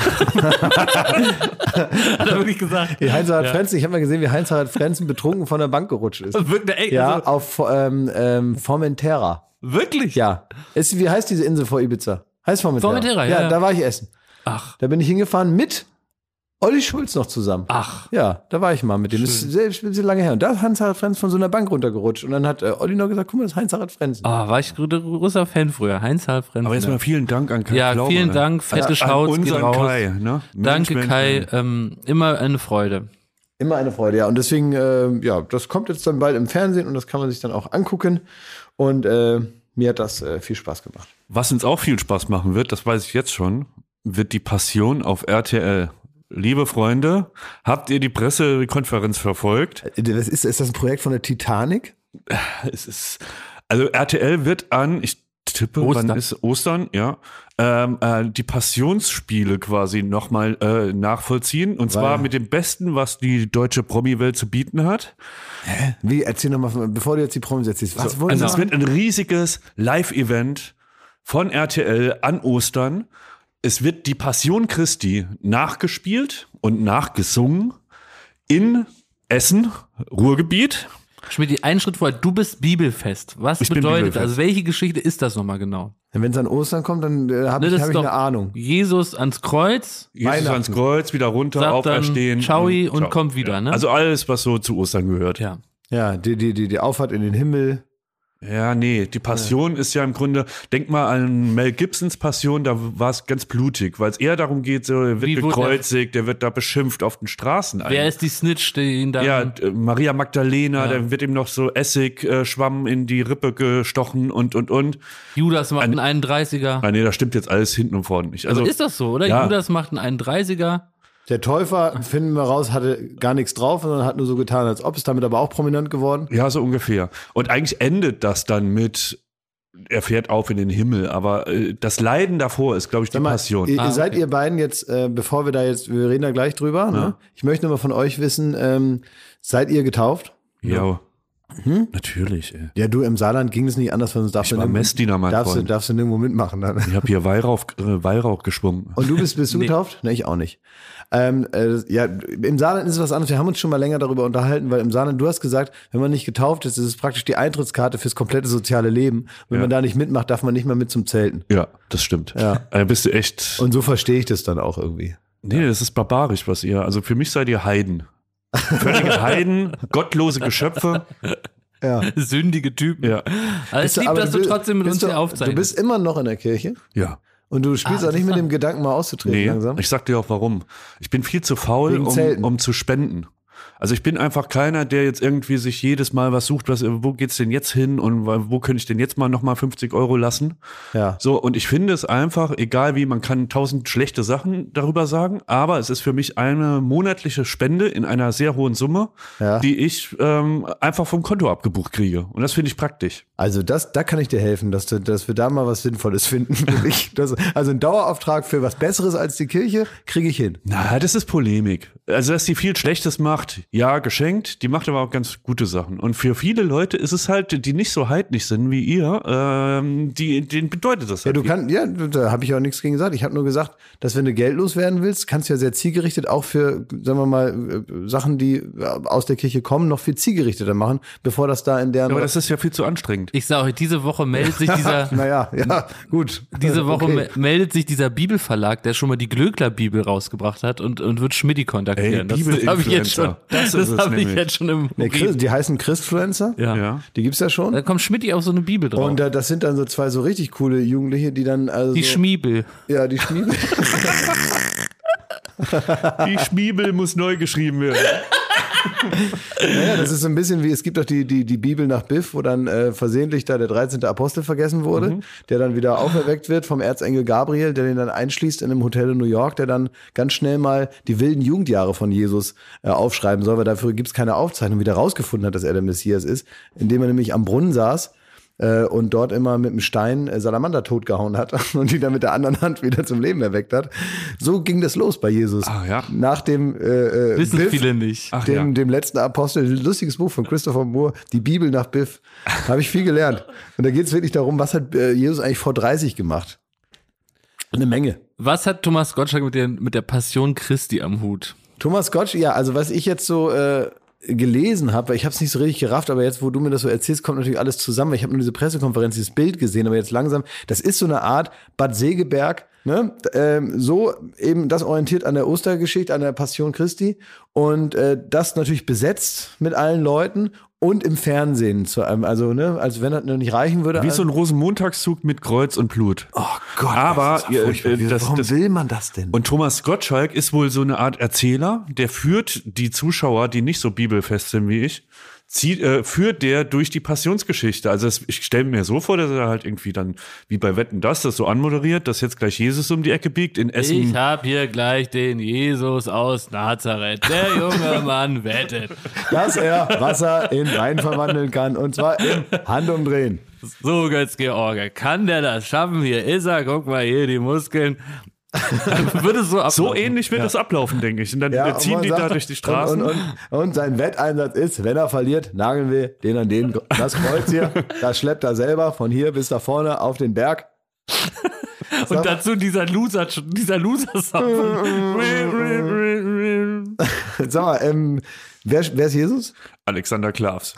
Hat er wirklich gesagt. Heinz-Harald Frentzen, ich habe mal gesehen, wie Heinz-Harald Frentzen betrunken von der Bank gerutscht ist. Wirklich, ey, ja, also, auf Formentera. Wirklich? Ja. Wie heißt diese Insel vor Ibiza? Heißt Formentera. Formentera, ja. Ja, da war ich essen. Ach. Da bin ich hingefahren mit Olli Schulz noch zusammen. Ach. Ja, da war ich mal mit dem. Das ist selbst ein bisschen lange her. Und da ist Heinz-Harald Frenzen von so einer Bank runtergerutscht. Und dann hat Olli noch gesagt, guck mal, das ist Heinz-Harald Frenzen. Ah, war ich großer Fan früher. Heinz-Harald Frenzen. Aber jetzt mal vielen Dank an Kai. Ja, vielen Dank. Fette Schauz geht raus. Kai, ne? Danke, Kai. Immer eine Freude. Immer eine Freude, ja. Und deswegen, das kommt jetzt dann bald im Fernsehen und das kann man sich dann auch angucken. Und mir hat das viel Spaß gemacht. Was uns auch viel Spaß machen wird, das weiß ich jetzt schon, wird die Passion auf RTL. Liebe Freunde, habt ihr die Pressekonferenz verfolgt? Ist das ein Projekt von der Titanic? Also RTL wird ich tippe, wann ist Ostern, ja, die Passionsspiele quasi nochmal nachvollziehen. Und zwar mit dem Besten, was die deutsche Promi-Welt zu bieten hat. Hä? Wie? Erzähl nochmal, bevor du jetzt die Promis erzählst. Also es wird ein riesiges Live-Event von RTL an Ostern. Es wird die Passion Christi nachgespielt und nachgesungen in Essen, Ruhrgebiet. Schmidt, einen Schritt vorher, du bist bibelfest. Was Ich bin bedeutet bibelfest. das? Also welche Geschichte ist das nochmal genau? Wenn es an Ostern kommt, dann habe Das ich ist eine doch Ahnung. Jesus ans Kreuz, Jesus Weihnachten. ans Kreuz, wieder runter, sagt auferstehen. dann Tschaui und ciao. kommt wieder, ne? Also alles, was so zu Ostern gehört. Ja. Ja, die Auffahrt in den Himmel. Ja, nee, die Passion ist ja im Grunde, denk mal an Mel Gibsons Passion, da war es ganz blutig, weil es eher darum geht, so, er Wie wird wurde gekreuzigt, der wird da beschimpft auf den Straßen. Wer ist die Snitch, die ihn dann... Ja, Maria Magdalena, Ja. da wird ihm noch so Essigschwamm in die Rippe gestochen und. Judas macht einen 31er. Ah, nee, das stimmt jetzt alles hinten und vorne nicht. Also Also, ist das so, oder? ja. Judas macht einen 31er. Der Täufer, finden wir raus, hatte gar nichts drauf, sondern hat nur so getan, als ob, ist damit aber auch prominent geworden. ja, so ungefähr. Und eigentlich endet das dann mit, er fährt auf in den Himmel, aber das Leiden davor ist, glaube ich, die Sag mal, Passion. Ihr, Ah, seid okay. ihr beiden jetzt, bevor wir reden da gleich drüber, ne? Ich möchte nur mal von euch wissen, seid ihr getauft? Ja, natürlich. Ey. Ja, du, im Saarland ging es nicht anders, weil sonst darfst Ich war Messdiener, mein Freund. darfst du nirgendwo mitmachen dann. Ich habe hier Weihrauch geschwungen. Und du bist du Nee. getauft? Ne, ich auch nicht. Ja, im Saarland ist es was anderes. Wir haben uns schon mal länger darüber unterhalten, weil im Saarland, du hast gesagt, wenn man nicht getauft ist, ist es praktisch die Eintrittskarte fürs komplette soziale Leben. Wenn Ja. man da nicht mitmacht, darf man nicht mal mit zum Zelten. Ja, das stimmt. Ja. Bist du echt. Und so verstehe ich das dann auch irgendwie. Nee, das ist barbarisch, was ihr. Also für mich seid ihr Heiden. Völlige Heiden, gottlose Geschöpfe. Ja. Sündige Typen. Ja. Also ich liebe, aber dass du bist- trotzdem mit uns bist du- hier aufzeichnest. Du bist immer noch in der Kirche Ja. und du spielst auch nicht mit dem Gedanken, mal auszutreten Nee, langsam. ich sag dir auch warum. Ich bin viel zu faul, Wegen Zelten. um zu spenden. Also ich bin einfach keiner, der jetzt irgendwie sich jedes Mal was sucht, wo geht's denn jetzt hin und wo könnte ich denn jetzt mal nochmal 50 € lassen? Ja. So, und ich finde es einfach, egal wie, man kann 1000 schlechte Sachen darüber sagen, aber es ist für mich eine monatliche Spende in einer sehr hohen Summe, Ja. die ich einfach vom Konto abgebucht kriege. Und das finde ich praktisch. Also da kann ich dir helfen, dass wir da mal was Sinnvolles finden. Also ein Dauerauftrag für was Besseres als die Kirche kriege ich hin. Na, das ist Polemik. Also, dass die viel Schlechtes macht, ja, geschenkt, die macht aber auch ganz gute Sachen. Und für viele Leute ist es halt, die nicht so heidnig sind wie ihr, denen bedeutet das Ja, halt du viel. kannst, ja, da habe ich auch nichts gegen gesagt. Ich habe nur gesagt, dass wenn du geldlos werden willst, kannst du ja sehr zielgerichtet auch für, sagen wir mal, Sachen, die aus der Kirche kommen, noch viel zielgerichteter machen, bevor das da in deren... Aber das ist ja viel zu anstrengend. Ich sage euch, diese Woche meldet sich dieser... Naja, ja, gut. Diese Woche Okay. meldet sich dieser Bibelverlag, der schon mal die Glöckler-Bibel rausgebracht hat und wird Schmidti kontaktieren. Ey, das habe ich jetzt schon, Bibelinfluencer. Das ist es habe ich nämlich. jetzt schon im Nee, Urin. die heißen Christfluencer, Ja. Ja. die gibt's ja schon. Da kommt Schmidti auf so eine Bibel drauf. Und das sind dann so zwei so richtig coole Jugendliche, die dann also die Schmiebel. ja, die Schmiede. Die Schmiebel muss neu geschrieben werden. Ja, das ist so ein bisschen wie, es gibt doch die Bibel nach Biff, wo dann versehentlich da der 13. Apostel vergessen wurde, der dann wieder auferweckt wird vom Erzengel Gabriel, der den dann einschließt in einem Hotel in New York, der dann ganz schnell mal die wilden Jugendjahre von Jesus aufschreiben soll, weil dafür gibt's keine Aufzeichnung, wie der rausgefunden hat, dass er der Messias ist, indem er nämlich am Brunnen saß und dort immer mit einem Stein Salamander totgehauen hat und die dann mit der anderen Hand wieder zum Leben erweckt hat. So ging das los bei Jesus. Ah, ja. Nach dem Wissen Biff, viele nicht. Ach ja. dem letzten Apostel, ein lustiges Buch von Christopher Moore, die Bibel nach Biff. Habe ich viel gelernt. Und da geht es wirklich darum, was hat Jesus eigentlich vor 30 gemacht? Eine Menge. Was hat Thomas Gottschalk mit der Passion Christi am Hut? Thomas Gottsch, ja, also was ich jetzt so gelesen habe, weil ich habe es nicht so richtig gerafft, aber jetzt, wo du mir das so erzählst, kommt natürlich alles zusammen, weil ich habe nur diese Pressekonferenz, dieses Bild gesehen, aber jetzt langsam, das ist so eine Art Bad Segeberg, ne? So eben das orientiert an der Ostergeschichte, an der Passion Christi und das natürlich besetzt mit allen Leuten und im Fernsehen zu einem, also ne, als wenn das noch nicht reichen würde. Wie so ein Rosenmontagszug mit Kreuz und Blut. Oh Gott, Aber, das ist ja furchtbar. Warum will man das denn? Und Thomas Gottschalk ist wohl so eine Art Erzähler, der führt die Zuschauer, die nicht so bibelfest sind wie ich, führt der durch die Passionsgeschichte. Also ich stelle mir so vor, dass er halt irgendwie dann, wie bei Wetten, das so anmoderiert, dass jetzt gleich Jesus um die Ecke biegt in Essen. Ich habe hier gleich den Jesus aus Nazareth. Der junge Mann wettet. Dass er Wasser in Wein verwandeln kann und zwar im Handumdrehen. So, Götz-George, kann der das schaffen? Hier ist er, guck mal hier, die Muskeln. Würde es so ablaufen. So ähnlich wird es ablaufen, denke ich. Und dann Ja, ziehen und die man da sagt- durch die Straßen. Und sein Wetteinsatz ist, wenn er verliert, nageln wir den an den. Das Kreuz hier, das schleppt er selber von hier bis da vorne auf den Berg. Und dazu dieser Loser-Song. Sag mal, wer ist Jesus? Alexander Klavs.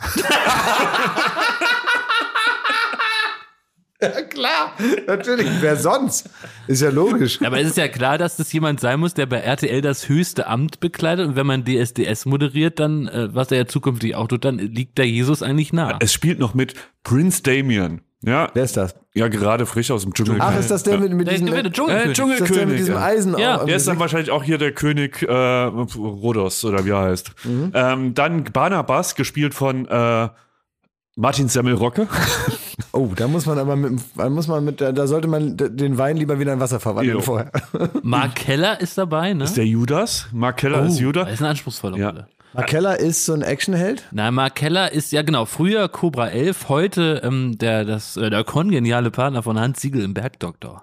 Ja, klar, natürlich. Wer sonst? Ist ja logisch. Aber es ist ja klar, dass das jemand sein muss, der bei RTL das höchste Amt bekleidet. Und wenn man DSDS moderiert, dann, was er ja zukünftig auch tut, dann liegt der Jesus eigentlich nah. Es spielt noch mit Prince Damien. Ja, Wer ist das? ja, gerade frisch aus dem Dschungel. Ach, ist das der mit diesem... Der Dschungelkönig. Ist das der mit Dschungelkönig. diesem Eisen? Ja, auf- der ist dann wahrscheinlich auch hier der König Rhodos oder wie er heißt. Dann Barnabas, gespielt von Martin Semmelrocke. Oh, da muss man aber da sollte man den Wein lieber wieder in Wasser verwandeln Jo. vorher. Mark Keller ist dabei, ne? Ist der Judas. Mark Keller ist Judas. Das ist eine anspruchsvolle Ja. Rolle. Mark Keller ist so ein Actionheld. Na, Mark Keller ist, ja genau, früher Cobra 11, heute der kongeniale Partner von Hans Siegel im Bergdoktor.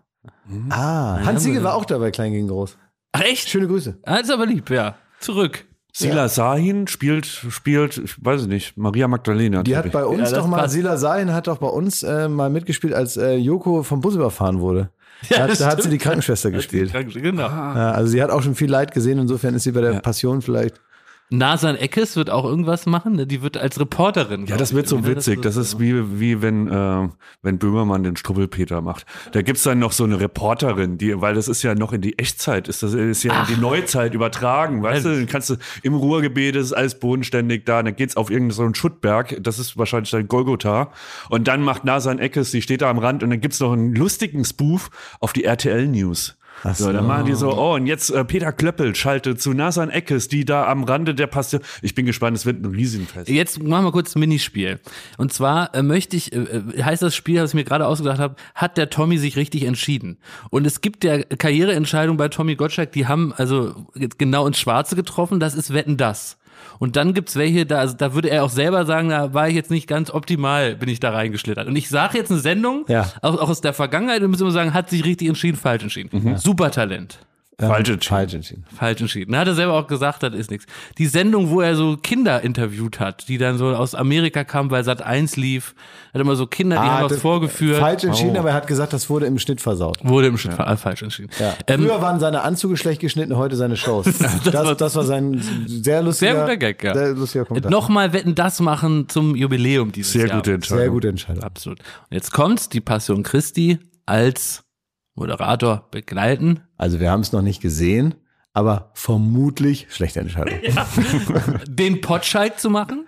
Hans Siegel war auch dabei, Klein gegen Groß. Ach echt? Schöne Grüße. Ah, ist aber lieb, ja. Zurück. Sila Sahin spielt, ich weiß nicht, Maria Magdalena. Die hat bei uns das doch mal, passt. Sila Sahin hat doch bei uns mal mitgespielt, als Joko vom Bus überfahren wurde. Ja, Da hat sie die stimmt. Krankenschwester gespielt. Genau. Ja, also sie hat auch schon viel Leid gesehen, insofern ist sie bei der Passion vielleicht. Nasan Eckes wird auch irgendwas machen, ne? Die wird als Reporterin. Ja, das wird so witzig. Das ist wie wenn Böhmermann den Struwwelpeter macht. Da gibt's dann noch so eine Reporterin, weil das ist ja noch in die Echtzeit, ist ja in die Neuzeit übertragen, weißt du? Dann kannst du im Ruhrgebiet, das ist alles bodenständig da, dann geht's auf irgendeinen so einen Schuttberg, das ist wahrscheinlich dann Golgotha. Und dann macht Nasan Eckes, die steht da am Rand und dann gibt's noch einen lustigen Spoof auf die RTL News. So, dann machen die so, und jetzt Peter Klöppel schaltet zu Nasan Eckes, die da am Rande der Passion. Ich bin gespannt, es wird ein Riesenfest. Jetzt machen wir kurz ein Minispiel. Und zwar möchte ich, heißt das Spiel, das ich mir gerade ausgedacht habe, hat der Tommy sich richtig entschieden. Und es gibt ja Karriereentscheidungen bei Tommy Gottschalk, die haben also genau ins Schwarze getroffen, das ist Wetten, das. Und dann gibt's welche, da würde er auch selber sagen, da war ich jetzt nicht ganz optimal, bin ich da reingeschlittert. Und ich sage jetzt eine Sendung, auch aus der Vergangenheit, wir müssen immer sagen, hat sich richtig entschieden, falsch entschieden. Supertalent. Falsch entschieden. Falsch entschieden. Da hat er selber auch gesagt, das ist nichts. Die Sendung, wo er so Kinder interviewt hat, die dann so aus Amerika kamen, weil Sat.1 lief, hat immer so Kinder, die haben was vorgeführt. Falsch entschieden, aber er hat gesagt, das wurde im Schnitt versaut. Wurde im Schnitt falsch entschieden. Ja. Früher waren seine Anzüge schlecht geschnitten, heute seine Shows. Das war sein sehr lustiger, Sehr guter Gag, ja. sehr lustiger Kommentar. Nochmal Wetten, das machen zum Jubiläum dieses Sehr Jahr. gute Entscheidung. Sehr gute Entscheidung. Absolut. Und jetzt kommt's, die Passion Christi als Moderator begleiten. Also wir haben es noch nicht gesehen, aber vermutlich schlechte Entscheidung. Den Potschalk zu machen.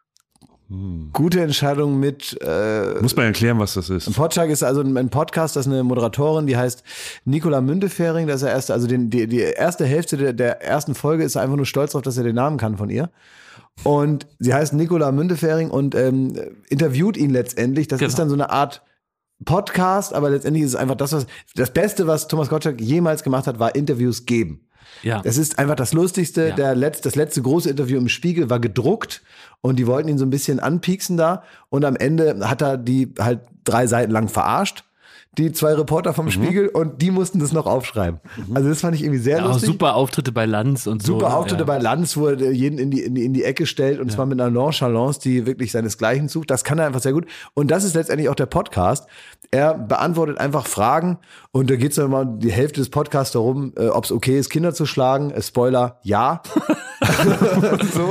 Gute Entscheidung mit Muss man erklären, was das ist. Potschak ist also ein Podcast, das ist eine Moderatorin, die heißt Nicola Müntefering. Das ist der erste, also die erste Hälfte der ersten Folge ist er einfach nur stolz darauf, dass er den Namen kann von ihr. Und sie heißt Nicola Müntefering und interviewt ihn letztendlich. Das ist dann so eine Art Podcast, aber letztendlich ist es einfach das Beste, was Thomas Gottschalk jemals gemacht hat, war Interviews geben. Ja. Das ist einfach das Lustigste. Ja. Das letzte große Interview im Spiegel war gedruckt und die wollten ihn so ein bisschen anpieksen da. Und am Ende hat er die halt 3 Seiten lang verarscht, die 2 Reporter vom Spiegel, und die mussten das noch aufschreiben. Also das fand ich irgendwie sehr Ja, auch lustig. super Auftritte bei Lanz und so. Super ne? Auftritte bei Lanz, wo er jeden in die Ecke stellt, und zwar mit einer Nonchalance, die wirklich seinesgleichen sucht. Das kann er einfach sehr gut. Und das ist letztendlich auch der Podcast. Er beantwortet einfach Fragen, und da geht es dann mal die Hälfte des Podcasts darum, ob es okay ist, Kinder zu schlagen. Spoiler, ja. So,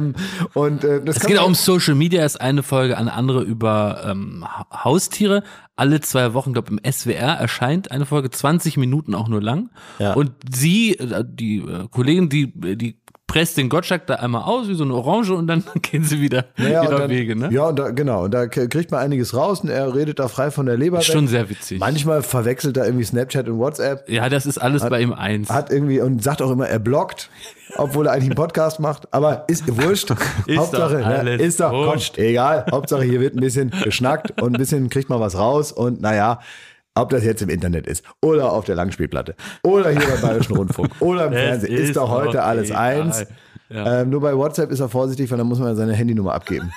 das Es kann geht man- auch um Social Media, ist eine Folge, eine andere über Haustiere. Alle 2 Wochen, glaube im SWR erscheint eine Folge, 20 Minuten auch nur lang. Ja. Und sie, die Kollegin, die presst den Gottschalk da einmal aus, wie so eine Orange, und dann gehen sie wieder Ja, und ihrer dann, Wege, ne? Ja, und da, genau. Und da kriegt man einiges raus, und er redet da frei von der Leber weg. Schon sehr witzig. Manchmal verwechselt er irgendwie Snapchat und WhatsApp. Ja, das ist alles bei ihm eins. Hat irgendwie und sagt auch immer, er bloggt, obwohl er eigentlich einen Podcast macht. Aber ist wurscht. Hauptsache, doch alles ist doch, komm, wurscht. egal. Hauptsache, hier wird ein bisschen geschnackt und ein bisschen kriegt man was raus. Und naja, ob das jetzt im Internet ist oder auf der Langspielplatte oder hier beim Bayerischen Rundfunk oder im Es Fernsehen, ist doch heute doch alles egal. eins. Ja. Nur bei WhatsApp ist er vorsichtig, weil dann muss man ja seine Handynummer abgeben.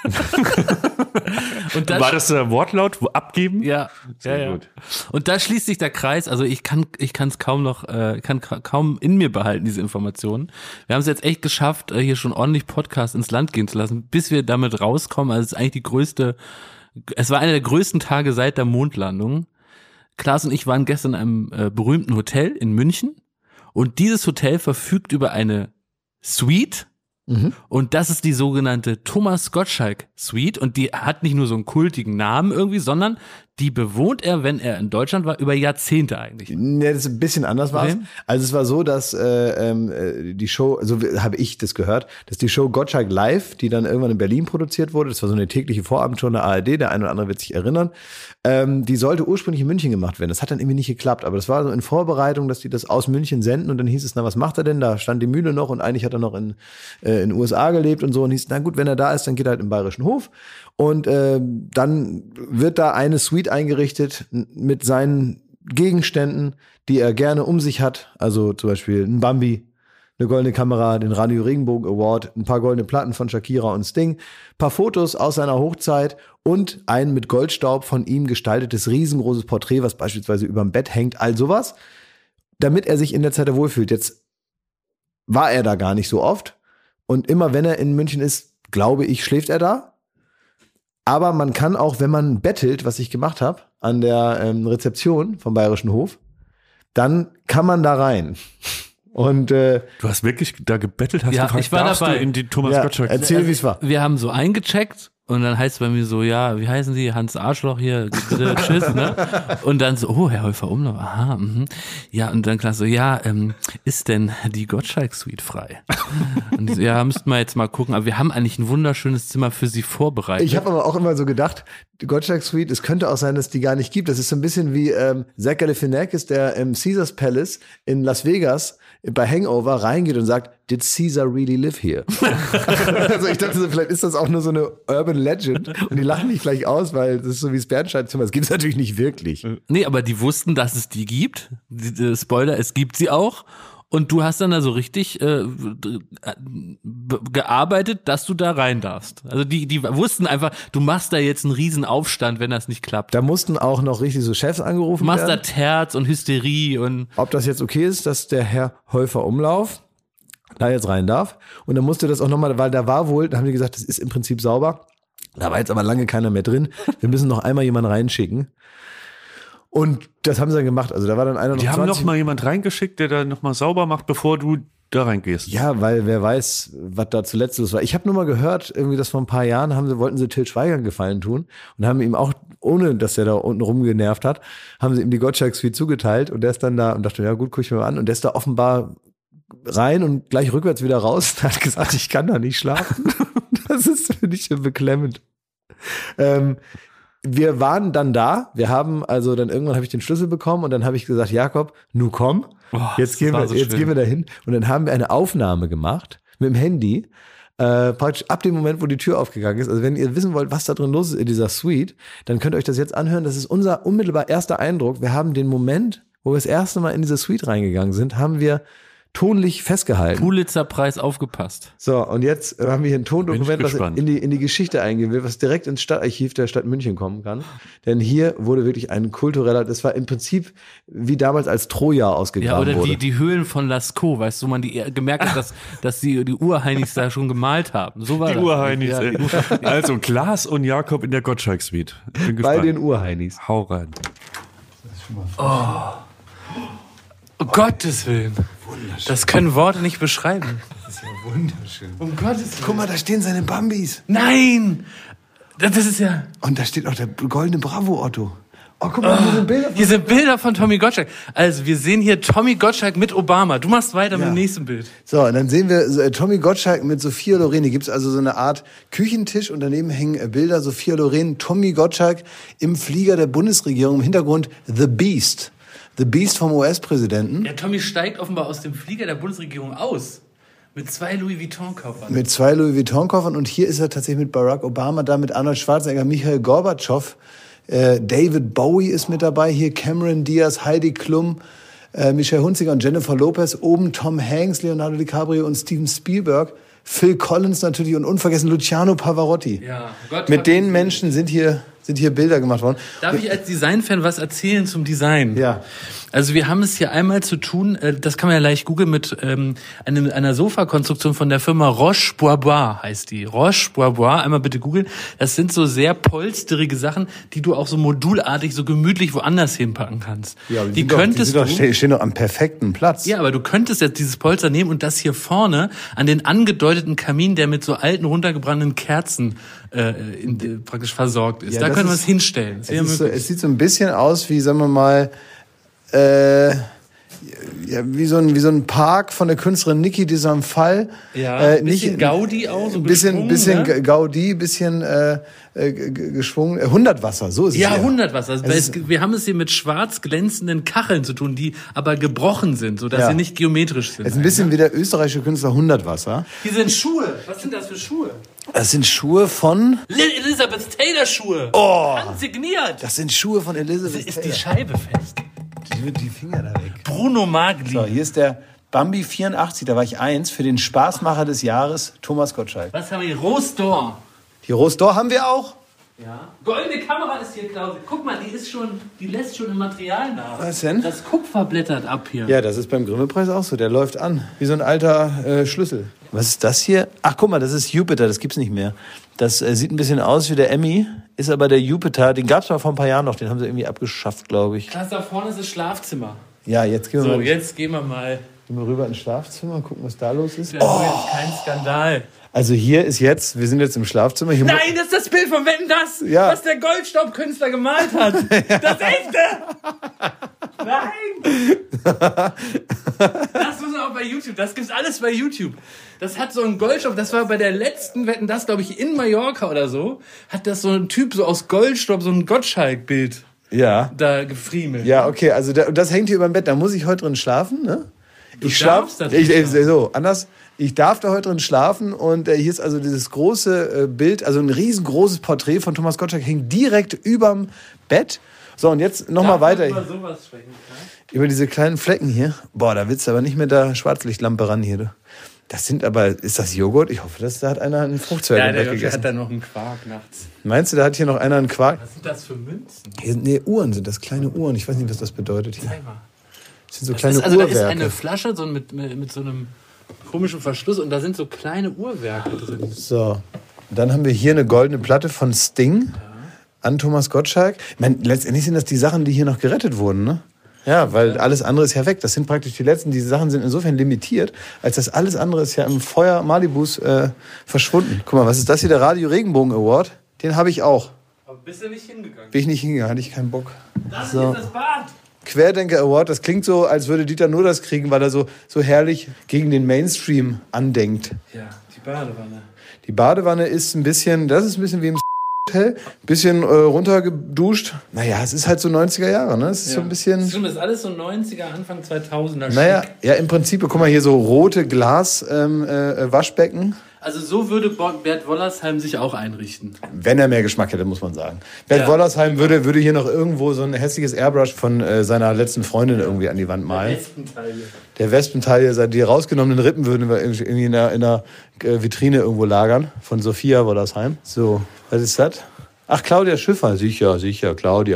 Und das War das der Wortlaut, wo abgeben? Ja, ja. gut. Und da schließt sich der Kreis. Also ich kann es kaum in mir behalten, diese Informationen. Wir haben es jetzt echt geschafft, hier schon ordentlich Podcast ins Land gehen zu lassen, bis wir damit rauskommen. Also es ist eigentlich es war einer der größten Tage seit der Mondlandung. Klaas und ich waren gestern in einem berühmten Hotel in München, und dieses Hotel verfügt über eine Suite Und das ist die sogenannte Thomas Gottschalk Suite und die hat nicht nur so einen kultigen Namen irgendwie, sondern die bewohnt er, wenn er in Deutschland war, über Jahrzehnte eigentlich. Ja, das ist ein bisschen anders war es. Okay. Also es war so, dass die Show, so habe ich das gehört, dass die Show Gottschalk Live, die dann irgendwann in Berlin produziert wurde, das war so eine tägliche Vorabendshow in der ARD, der eine oder andere wird sich erinnern, die sollte ursprünglich in München gemacht werden. Das hat dann irgendwie nicht geklappt, aber das war so in Vorbereitung, dass die das aus München senden und dann hieß es, na was macht er denn? Da stand die Mühle noch und eigentlich hat er noch in den USA gelebt und so und hieß, na gut, wenn er da ist, dann geht er halt im Bayerischen Hof. Und dann wird da eine Suite eingerichtet mit seinen Gegenständen, die er gerne um sich hat. Also zum Beispiel ein Bambi, eine goldene Kamera, den Radio Regenbogen Award, ein paar goldene Platten von Shakira und Sting, paar Fotos aus seiner Hochzeit und ein mit Goldstaub von ihm gestaltetes riesengroßes Porträt, was beispielsweise überm Bett hängt, all sowas, damit er sich in der Zeit wohlfühlt. Jetzt war er da gar nicht so oft und immer wenn er in München ist, glaube ich, schläft er da. Aber man kann auch, wenn man bettelt, was ich gemacht habe, an der Rezeption vom Bayerischen Hof, dann kann man da rein. Und Du hast wirklich da gebettelt, hast Ja, gefragt, ich war darfst dabei. du in die Thomas ja, Gottschalk? erzähl, wie es war. Wir haben so eingecheckt und dann heißt es bei mir so, ja, wie heißen Sie? Hans Arschloch hier, bitte, tschüss, ne? Und dann so, oh, Herr Häufer Umlauf, aha, ja, und dann klar so, ja, ist denn die Gottschalk-Suite frei? Und ich so, ja, müssten wir jetzt mal gucken, aber wir haben eigentlich ein wunderschönes Zimmer für Sie vorbereitet. Ich habe aber auch immer so gedacht, die Gottschalk Suite, es könnte auch sein, dass die gar nicht gibt. Das ist so ein bisschen wie Zach Galifianakis, der im Caesars Palace in Las Vegas bei Hangover reingeht und sagt, did Caesar really live here? Also ich dachte so, vielleicht ist das auch nur so eine Urban Legend und die lachen mich gleich aus, weil das ist so wie das Bernstein-Zimmer. Das gibt es natürlich nicht wirklich. Nee, aber die wussten, dass es die gibt. Spoiler, es gibt sie auch. Und du hast dann da so richtig gearbeitet, dass du da rein darfst. Also die wussten einfach, du machst da jetzt einen riesen Aufstand, wenn das nicht klappt. Da mussten auch noch richtig so Chefs angerufen Du machst da werden, Terz und Hysterie und ob das jetzt okay ist, dass der Herr Häufer Umlauf da jetzt rein darf. Und dann musste das auch nochmal, weil da war wohl, da haben die gesagt, das ist im Prinzip sauber. Da war jetzt aber lange keiner mehr drin. Wir müssen noch einmal jemanden reinschicken. Und das haben sie dann gemacht. Also da war dann einer noch Die haben 20 noch mal jemand reingeschickt, der da noch mal sauber macht, bevor du da reingehst. Ja, weil wer weiß, was da zuletzt los war. Ich habe nur mal gehört, irgendwie, dass vor ein paar Jahren wollten sie Til Schweiger einen Gefallen tun und haben ihm auch, ohne dass er da unten rumgenervt hat, haben sie ihm die Gottschalk Suite zugeteilt und der ist dann da und dachte, ja gut, guck ich mir mal an. Und der ist da offenbar rein und gleich rückwärts wieder raus. Er hat gesagt, ich kann da nicht schlafen. Das ist, finde ich, beklemmend. Wir waren dann da. Wir haben, also dann irgendwann habe ich den Schlüssel bekommen und dann habe ich gesagt, Jakob, nu komm, jetzt gehen wir dahin. Und dann haben wir eine Aufnahme gemacht mit dem Handy. Praktisch ab dem Moment, wo die Tür aufgegangen ist. Also wenn ihr wissen wollt, was da drin los ist in dieser Suite, dann könnt ihr euch das jetzt anhören. Das ist unser unmittelbar erster Eindruck. Wir haben den Moment, wo wir das erste Mal in diese Suite reingegangen sind, haben wir tonlich festgehalten. Pulitzer-Preis aufgepasst. So, und jetzt haben wir hier ein Tondokument, was gespannt. in die Geschichte eingehen will, was direkt ins Stadtarchiv der Stadt München kommen kann. Denn hier wurde wirklich ein kultureller, das war im Prinzip wie damals als Troja Ja, ausgegraben oder wurde. die Höhlen von Lascaux, weißt du, man gemerkt hat, dass die Urheinis da schon gemalt haben. So war Die das. Urheinis, Ja, ey. Also Klaas und Jakob in der Gottschalk Suite. Bin Bei gespannt. den Urheinis. Hau rein. Um Gottes Willen. Das können Worte nicht beschreiben. Das ist ja wunderschön. Um Gottes Willen. Guck mal, da stehen seine Bambis. Nein! Das ist ja... Und da steht auch der goldene Bravo Otto. Oh, guck mal, hier sind Bilder. Hier sind Bilder von Tommy Gottschalk. Also, wir sehen hier Tommy Gottschalk mit Obama. Du machst weiter mit dem nächsten Bild. So, und dann sehen wir Tommy Gottschalk mit Sophia Loren. Hier gibt's also so eine Art Küchentisch und daneben hängen Bilder. Sophia Loren, Tommy Gottschalk im Flieger der Bundesregierung. Im Hintergrund The Beast. The Beast vom US-Präsidenten. Ja, Tommy steigt offenbar aus dem Flieger der Bundesregierung aus. Mit 2 Louis Vuitton-Koffern. Mit 2 Louis Vuitton-Koffern. Und hier ist er tatsächlich mit Barack Obama, da mit Arnold Schwarzenegger, Michael Gorbatschow. David Bowie ist mit dabei. Hier Cameron Diaz, Heidi Klum, Michelle Hunziker und Jennifer Lopez. Oben Tom Hanks, Leonardo DiCaprio und Steven Spielberg. Phil Collins natürlich und unvergessen Luciano Pavarotti. Ja, Gott Mit den Menschen sind hier sind hier Bilder gemacht worden. Darf ich als Designfan was erzählen zum Design? Ja. Also wir haben es hier einmal zu tun, das kann man ja leicht googeln, mit einer Sofakonstruktion von der Firma Roche-Bois heißt die. Roche-Bois, einmal bitte googeln. Das sind so sehr polsterige Sachen, die du auch so modulartig, so gemütlich woanders hinpacken kannst. Ja, aber die stehen doch am perfekten Platz. Ja, aber du könntest jetzt dieses Polster nehmen und das hier vorne an den angedeuteten Kamin, der mit so alten, runtergebrannten Kerzen praktisch versorgt ist. Ja, Da können wir ist- es hinstellen. Es sieht so ein bisschen aus wie, sagen wir mal, wie so ein Park von der Künstlerin Niki de Fall. Ja, bisschen Gaudi auch, so ein bisschen geschwungen, ne? Gaudi, bisschen geschwungen. 100 Wasser, so ist es. Ja, 100 Wasser. Also Es ist- wir haben es hier mit schwarz glänzenden Kacheln zu tun, die aber gebrochen sind, sodass Ja. sie nicht geometrisch sind. Es ist ein bisschen wie der österreichische Künstler 100 Wasser. Hier sind Schuhe. Was sind das für Schuhe? Das sind Schuhe von... Elizabeth Taylor Schuhe. Oh! Handsigniert. Das sind Schuhe von Elizabeth Ist die Taylor. Scheibe fest? Die Finger da weg. Bruno Magli. So, hier ist der Bambi 84, da war ich 1, für den Spaßmacher des Jahres, Thomas Gottschalk. Was haben wir hier? Rostor. Die Rostor haben wir auch. Ja. Goldene Kamera ist hier, Klaus. Guck mal, die lässt schon im Material nach. Was denn? Das Kupfer blättert ab hier. Ja, das ist beim Grimme-Preis auch so. Der läuft an, wie so ein alter Schlüssel. Was ist das hier? Ach, guck mal, das ist Jupiter, das gibt's nicht mehr. Das sieht ein bisschen aus wie der Emmy, ist aber der Jupiter. Den gab's mal vor ein paar Jahren noch, den haben sie irgendwie abgeschafft, glaube ich. Klaus, da vorne ist das Schlafzimmer. Ja, jetzt gehen wir, So, mal, jetzt gehen wir mal. gehen wir rüber ins Schlafzimmer, gucken, was da los ist. Das ist jetzt kein Skandal. Also hier ist jetzt, wir sind jetzt im Schlafzimmer. Hier Nein, das ist das Bild von Wetten, das, Ja. was der Goldstaubkünstler gemalt hat. Das echte. Nein. Das muss man auch bei YouTube. Das gibt's alles bei YouTube. Das hat so einen Goldstaub. Das war bei der letzten Wetten, das glaube ich in Mallorca oder so, hat das so ein Typ so aus Goldstaub so ein Gottschalk-Bild Ja. da gefriemelt. Ja, okay, also das hängt hier über dem Bett. Da muss ich heute drin schlafen, ne? Ich darfst schlafe. da drin So, anders. Ich darf da heute drin schlafen und hier ist also dieses große Bild, also ein riesengroßes Porträt von Thomas Gottschalk hängt direkt überm Bett. So, und jetzt nochmal weiter. Über sowas sprechen, klar. Über diese kleinen Flecken hier. Boah, da willst du aber nicht mit der Schwarzlichtlampe ran hier. Du. Das sind aber, ist das Joghurt? Ich hoffe, da hat einer einen Fruchtzwerg Ja, der weggegessen. hat da noch einen Quark nachts. Meinst du, da hat hier noch einer einen Quark? Was sind das für Münzen? Hier sind, nee, Uhren sind das, kleine Uhren. Ich weiß nicht, was das bedeutet hier. Zeig mal. Das sind so Das kleine ist, also da Uhrwerke. ist eine Flasche so mit so einem komischen Verschluss und da sind so kleine Uhrwerke drin. So, dann haben wir hier eine goldene Platte von Sting an Thomas Gottschalk. Ich meine, letztendlich sind das die Sachen, die hier noch gerettet wurden, ne? Ja, weil alles andere ist ja weg. Das sind praktisch die letzten. Diese Sachen sind insofern limitiert, als das alles andere ist ja im Feuer Malibus verschwunden. Guck mal, was ist das hier? Der Radio Regenbogen Award. Den habe ich auch. Aber bist du nicht hingegangen? Bin ich nicht hingegangen, hatte ich keinen Bock. Das So. ist das Bad. Querdenker Award, das klingt so, als würde Dieter nur das kriegen, weil er so herrlich gegen den Mainstream andenkt. Ja, die Badewanne. Die Badewanne ist ein bisschen, das ist ein bisschen wie im Hotel, bisschen runtergeduscht. Naja, es ist halt so 90er Jahre, ne? Es ist so ein bisschen, Stimmt, das ist alles so 90er, Anfang 2000er. naja, Schick. ja, im Prinzip, guck mal hier so rote Glas Waschbecken. Also so würde Bert Wollersheim sich auch einrichten. Wenn er mehr Geschmack hätte, muss man sagen. Bert Ja. würde hier noch irgendwo so ein hässliches Airbrush von seiner letzten Freundin irgendwie an die Wand malen. Wespenteile. Der Wespenteil, die rausgenommenen Rippen würden wir irgendwie in einer Vitrine irgendwo lagern. Von Sophia Wollersheim. So, was ist das? Ach, Claudia Schiffer. Sicher, Claudia.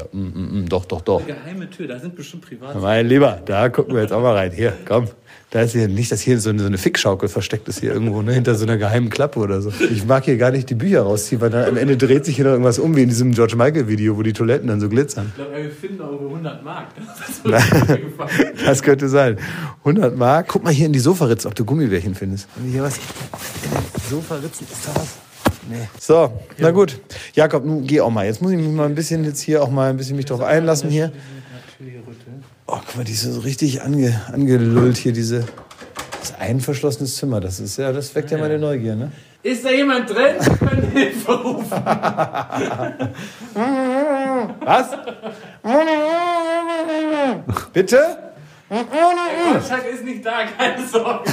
Doch. Geheime Tür, da sind bestimmt Privat. Mein Lieber, da gucken wir jetzt auch mal rein. Hier, komm. Da ist hier nicht, dass hier so eine Fickschaukel versteckt ist hier irgendwo, ne, hinter so einer geheimen Klappe oder so. Ich mag hier gar nicht die Bücher rausziehen, weil dann am Ende dreht sich hier noch irgendwas um, wie in diesem George Michael Video, wo die Toiletten dann so glitzern. Ich glaube, wir finden auch über 100 Mark. Das ist mir gefallen. Das könnte sein. 100 Mark. Guck mal hier in die Sofaritzen, ob du Gummibärchen findest. Haben wir hier was? In den Sofaritzen ist da was? Nee. So, na gut. Jakob, nun geh auch mal. Jetzt muss ich mich mal ein bisschen mich drauf einlassen hier. Oh, guck mal, die ist so richtig angelullt hier, das einverschlossenes Zimmer. Das weckt ja meine Neugier, ne? Ist da jemand drin? Wir können Hilfe rufen. Was? Bitte? Gottschalk ist nicht da, keine Sorge.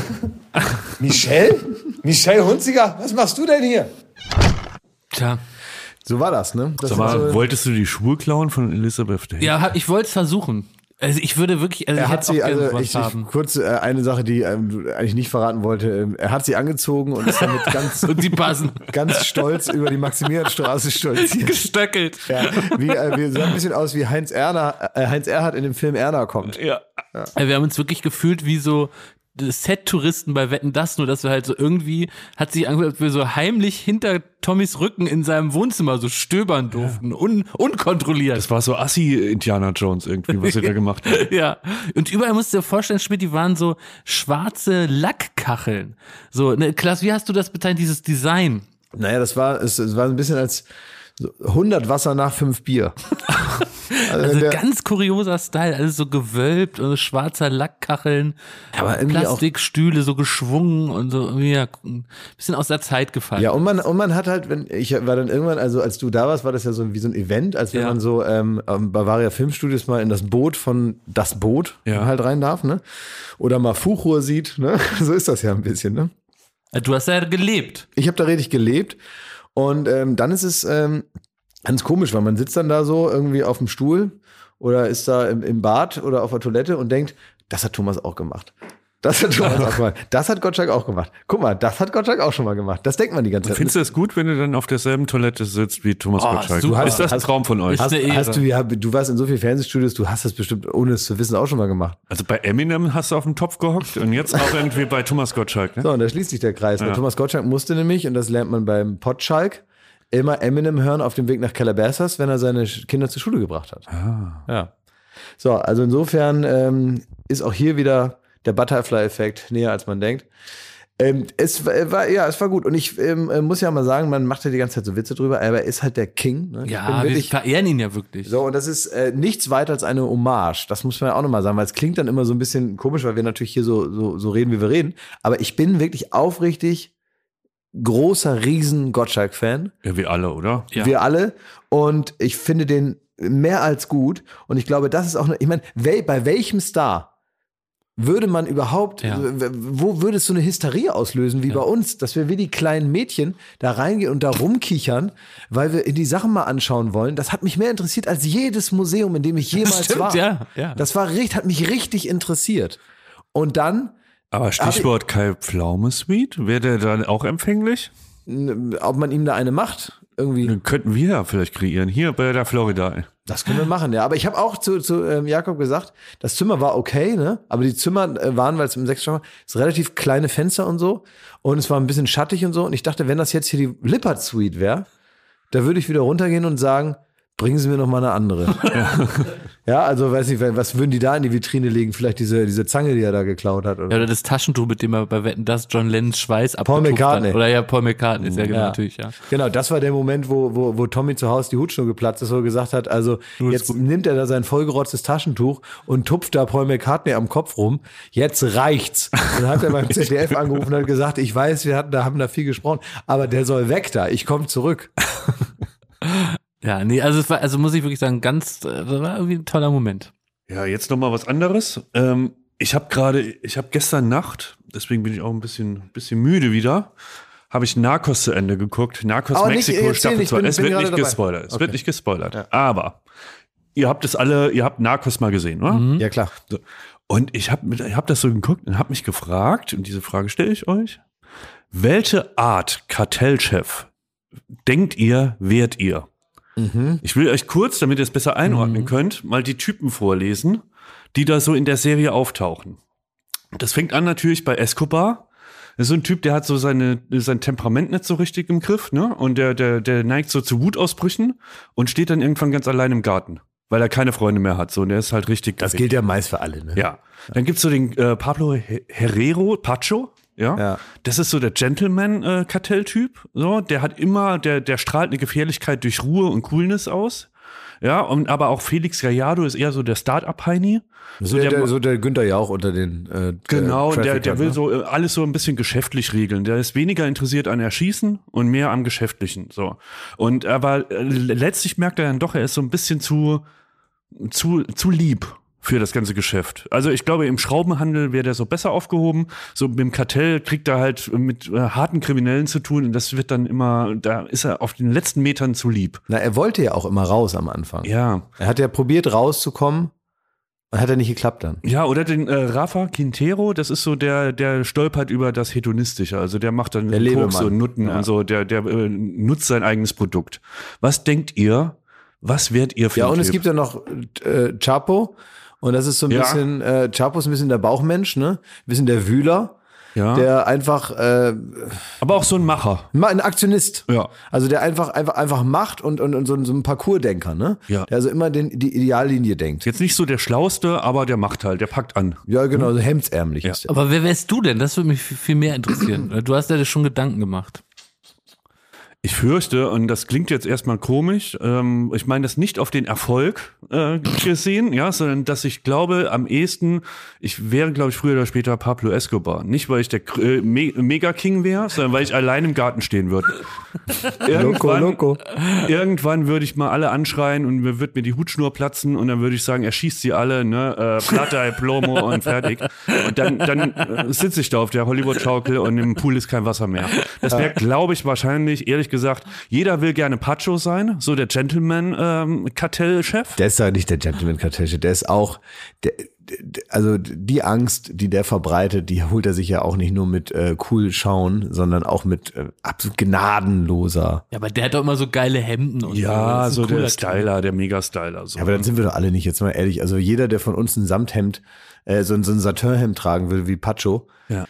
Michelle Hunziger, was machst du denn hier? Tja. So war das, ne? Sag mal, wolltest du die Schuhe klauen von Elizabeth Taylor? Ja, ich wollte es versuchen. Also ich würde wirklich, also Er ich hat hätte auch sie, gerne also sowas haben. kurz eine Sache, die du eigentlich nicht verraten wollte. Er hat sie angezogen und ist damit ganz, Und die passen. ganz stolz über die Maximilianstraße stolziert. Gestöckelt. Ja, wir sah ein bisschen aus wie Heinz Erhardt in dem Film Erna kommt. Ja. Wir haben uns wirklich gefühlt wie so Set-Touristen bei Wetten, dass nur, dass wir halt so irgendwie, hat sich angefühlt, als wir so heimlich hinter Tommys Rücken in seinem Wohnzimmer so stöbern durften, unkontrolliert. Das war so Assi-Indiana Jones irgendwie, was ihr da gemacht habt. Ja, und überall musst du dir vorstellen, Schmidt, die waren so schwarze Lackkacheln. So, ne, Klaas, wie hast du das bezeichnet, dieses Design? Naja, es war ein bisschen als 100 Wasser nach 5 Bier. Also ganz kurioser Style, alles so gewölbt und schwarzer Lackkacheln, aber irgendwie Plastikstühle so geschwungen und so irgendwie ja, ein bisschen aus der Zeit gefallen. Ja, und man hat halt, ich war dann irgendwann, also als du da warst, war das ja so wie so ein Event, als wenn man so Bavaria Filmstudios mal in das Boot halt rein darf, ne? Oder mal Fuchur sieht, ne? So ist das ja ein bisschen, ne? Du hast ja gelebt. Ich habe da richtig gelebt und dann ist es ganz komisch, weil man sitzt dann da so irgendwie auf dem Stuhl oder ist da im Bad oder auf der Toilette und denkt, das hat Thomas auch gemacht. Das hat Thomas auch gemacht. Das hat Gottschalk auch gemacht. Guck mal, das hat Gottschalk auch schon mal gemacht. Das denkt man die ganze Zeit. Findest du es gut, wenn du dann auf derselben Toilette sitzt wie Thomas Gottschalk? super. Ist das ein Traum von euch? Du warst in so vielen Fernsehstudios, du hast das bestimmt, ohne es zu wissen, auch schon mal gemacht. Also bei Eminem hast du auf dem Topf gehockt und jetzt auch irgendwie bei Thomas Gottschalk, ne? So, und da schließt sich der Kreis. Ja. Thomas Gottschalk musste nämlich, und das lernt man beim Potschalk, immer Eminem hören auf dem Weg nach Calabasas, wenn er seine Kinder zur Schule gebracht hat. Ah. Ja. So, also insofern ist auch hier wieder der Butterfly-Effekt näher, als man denkt. Es war gut. Und ich muss ja mal sagen, man macht ja die ganze Zeit so Witze drüber, aber er ist halt der King. Ne? Ja, wir verehren ihn ja wirklich. So, und das ist nichts weiter als eine Hommage. Das muss man ja auch nochmal sagen, weil es klingt dann immer so ein bisschen komisch, weil wir natürlich hier so reden, wie wir reden. Aber ich bin wirklich aufrichtig großer, riesen Gottschalk-Fan. Ja, wir alle, oder? Ja. Wir alle. Und ich finde den mehr als gut. Und ich glaube, das ist auch, ich meine, bei welchem Star würde man überhaupt, wo würde es so eine Hysterie auslösen wie bei uns, dass wir wie die kleinen Mädchen da reingehen und da rumkichern, weil wir in die Sachen mal anschauen wollen. Das hat mich mehr interessiert als jedes Museum, in dem ich jemals war. Ja. Das hat mich richtig interessiert. Und dann Aber Stichwort Kai Pflaume Suite, wäre der dann auch empfänglich? ob man ihm da eine macht, irgendwie. Den könnten wir ja vielleicht kreieren, hier bei der Florida. Das können wir machen, ja. Aber ich habe auch zu Jakob gesagt, das Zimmer war okay, ne? Aber die Zimmer waren, weil es im 6. Stock war, ist relativ kleine Fenster und so. Und es war ein bisschen schattig und so. Und ich dachte, wenn das jetzt hier die Lippert Suite wäre, da würde ich wieder runtergehen und sagen, bringen Sie mir noch mal eine andere. Ja, also weiß nicht, was würden die da in die Vitrine legen? Vielleicht diese Zange, die er da geklaut hat. Oder, ja, oder das Taschentuch, mit dem er bei Wetten, dass John Lennons Schweiß Paul McCartney. Hat. Oder ja, Paul McCartney ist ja, genau, natürlich, ja. Genau, das war der Moment, wo Tommy zu Hause die Hutschnur geplatzt ist, wo er gesagt hat, also jetzt nimmt er da sein vollgerotztes Taschentuch und tupft da Paul McCartney am Kopf rum. Jetzt reicht's. Und dann hat er beim ZDF angerufen und hat gesagt, ich weiß, haben da viel gesprochen, aber der soll weg da, ich komme zurück. Ja, nee, also muss ich wirklich sagen, das war irgendwie ein toller Moment. Ja, jetzt noch mal was anderes. Ich habe gestern Nacht, deswegen bin ich auch ein bisschen müde wieder, habe ich Narcos zu Ende geguckt. Narcos aber Mexiko Staffel 2. Es wird nicht gespoilert. Es Okay. wird nicht gespoilert. Ja. Aber ihr habt Narcos mal gesehen, oder? Ja, klar. So. Und ich hab das so geguckt und habe mich gefragt, und diese Frage stelle ich euch, welche Art Kartellchef denkt ihr, wärt ihr? Ich will euch kurz, damit ihr es besser einordnen könnt, mal die Typen vorlesen, die da so in der Serie auftauchen. Das fängt an natürlich bei Escobar. Das ist so ein Typ, der hat so sein Temperament nicht so richtig im Griff, ne? Und der neigt so zu Wutausbrüchen und steht dann irgendwann ganz allein im Garten, weil er keine Freunde mehr hat. So, und der ist halt richtig. Das gilt ja meist für alle, ne? Ja. Dann gibt's so den Pablo Herrero, Pacho. Ja. Das ist so der Gentleman-Kartelltyp. So, der hat immer, der strahlt eine Gefährlichkeit durch Ruhe und Coolness aus. Ja, und aber auch Felix Gallardo ist eher so der Start-up-Heini. So der Günther Jauch unter den genau, der will ne? so alles so ein bisschen geschäftlich regeln. Der ist weniger interessiert an Erschießen und mehr am Geschäftlichen. So. Und aber letztlich merkt er dann doch, er ist so ein bisschen zu lieb für das ganze Geschäft. Also ich glaube, im Schraubenhandel wäre der so besser aufgehoben. So mit dem Kartell kriegt er halt mit harten Kriminellen zu tun, und das wird dann immer, da ist er auf den letzten Metern zu lieb. Na, er wollte ja auch immer raus am Anfang. Ja. Er hat ja probiert rauszukommen Und hat er nicht geklappt dann? Ja, oder den Rafa Quintero, das ist so der stolpert über das Hedonistische. Also der macht dann Koks und Nutten und so, der nutzt sein eigenes Produkt. Was denkt ihr, was werdet ihr für Ja, und es gibt ja noch Chapo. Und das ist so ein bisschen, Chapo ist ein bisschen der Bauchmensch, ne? Ein bisschen der Wühler. Ja. Der einfach aber auch so ein Macher. Ein Aktionist. Ja. Also der einfach macht und so ein Parcoursdenker, ne? Ja. Der also immer die Ideallinie denkt. Jetzt nicht so der Schlauste, aber der macht halt, der packt an. Ja, genau, so hemdsärmlich ist der. Aber wer wärst du denn? Das würde mich viel mehr interessieren. Du hast ja schon Gedanken gemacht. Ich fürchte, und das klingt jetzt erstmal komisch, ich meine das nicht auf den Erfolg gesehen, ja, sondern dass ich glaube, am ehesten, ich wäre, glaube ich, früher oder später Pablo Escobar. Nicht, weil ich der Mega-King wäre, sondern weil ich allein im Garten stehen würde. Irgendwann würde ich mal alle anschreien und würde mir die Hutschnur platzen und dann würde ich sagen, er schießt sie alle, ne, Plata, Plomo und fertig. Und dann sitze ich da auf der Hollywood-Schaukel und im Pool ist kein Wasser mehr. Das wäre, glaube ich, wahrscheinlich, ehrlich gesagt, jeder will gerne Pacho sein, so der Gentleman-Kartellchef. Der ist ja nicht der Gentleman-Kartellchef, der ist auch, also die Angst, die der verbreitet, die holt er sich ja auch nicht nur mit cool schauen, sondern auch mit absolut gnadenloser. Ja, aber der hat doch immer so geile Hemden und ja, so. Der Styler, der Mega-Styler. So. Ja, aber dann sind wir doch alle nicht, jetzt mal ehrlich, also jeder, der von uns ein Samthemd, so ein Satinhemd tragen will wie Pacho, ja.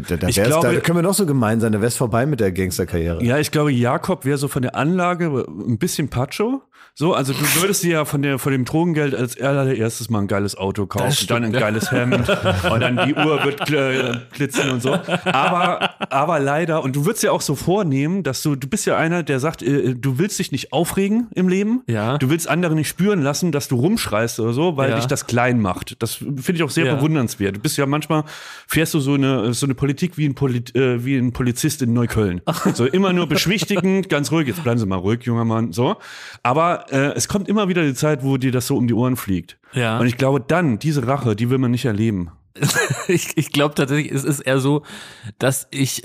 Da können wir noch so gemein sein, da wär's vorbei mit der Gangsterkarriere. Ja, ich glaube, Jakob wäre so von der Anlage ein bisschen Pacho. So, also du würdest dir ja von dem Drogengeld als allererstes mal ein geiles Auto kaufen, dann ein geiles Hemd und dann die Uhr wird blitzen und so. Aber leider, und du würdest ja auch so vornehmen, dass du bist ja einer, der sagt, du willst dich nicht aufregen im Leben. Ja. Du willst andere nicht spüren lassen, dass du rumschreist oder so, weil dich das klein macht. Das finde ich auch sehr bewundernswert. Du bist ja manchmal, fährst du so eine Politik wie ein Polizist in Neukölln. So immer nur beschwichtigend, ganz ruhig, jetzt bleiben Sie mal ruhig, junger Mann, so. Aber es kommt immer wieder die Zeit, wo dir das so um die Ohren fliegt. Ja. Und ich glaube dann, diese Rache, die will man nicht erleben. Ich glaube tatsächlich, es ist eher so, dass ich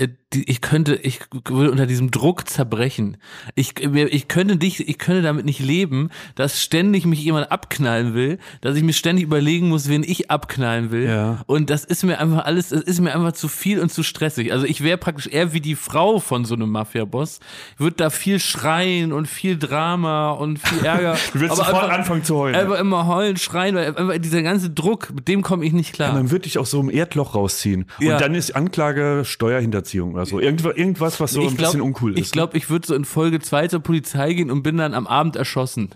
würde unter diesem Druck zerbrechen. Ich könnte damit nicht leben, dass ständig mich jemand abknallen will, dass ich mir ständig überlegen muss, wen ich abknallen will. Ja. Und das ist mir einfach zu viel und zu stressig. Also ich wäre praktisch eher wie die Frau von so einem Mafia-Boss. Ich würde da viel schreien und viel Drama und viel Ärger. Du willst sofort anfangen zu heulen. Einfach immer heulen, schreien, weil einfach dieser ganze Druck, mit dem komme ich nicht klar. Ja, man wird dich auch so im Erdloch rausziehen. Ja. Und dann ist Anklage Steuerhinterziehung oder so. Irgendwas, was so ein bisschen uncool ist. Ich glaube, ich würde so in Folge 2 zur Polizei gehen und bin dann am Abend erschossen.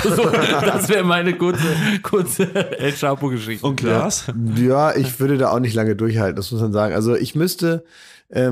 Das wäre meine kurze El Chapo-Geschichte. Und Klaas? Ja, ich würde da auch nicht lange durchhalten, das muss man sagen. Also ich müsste, das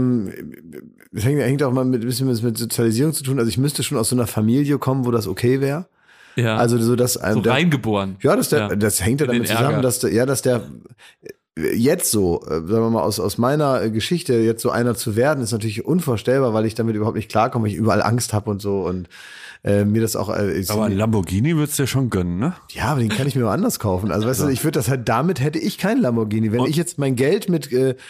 hängt auch mal ein bisschen mit Sozialisierung zu tun. Also ich müsste schon aus so einer Familie kommen, wo das okay wäre. Ja. Also so, dass einem so reingeboren. Ja, das hängt ja damit zusammen, dass der jetzt so, sagen wir mal, aus meiner Geschichte jetzt so einer zu werden, ist natürlich unvorstellbar, weil ich damit überhaupt nicht klarkomme, weil ich überall Angst habe und so und mir das auch. Aber ein Lamborghini würdest du ja schon gönnen, ne? Ja, aber den kann ich mir mal anders kaufen. Also weißt du, ich würde das halt, damit hätte ich kein Lamborghini. Wenn ich jetzt mein Geld mit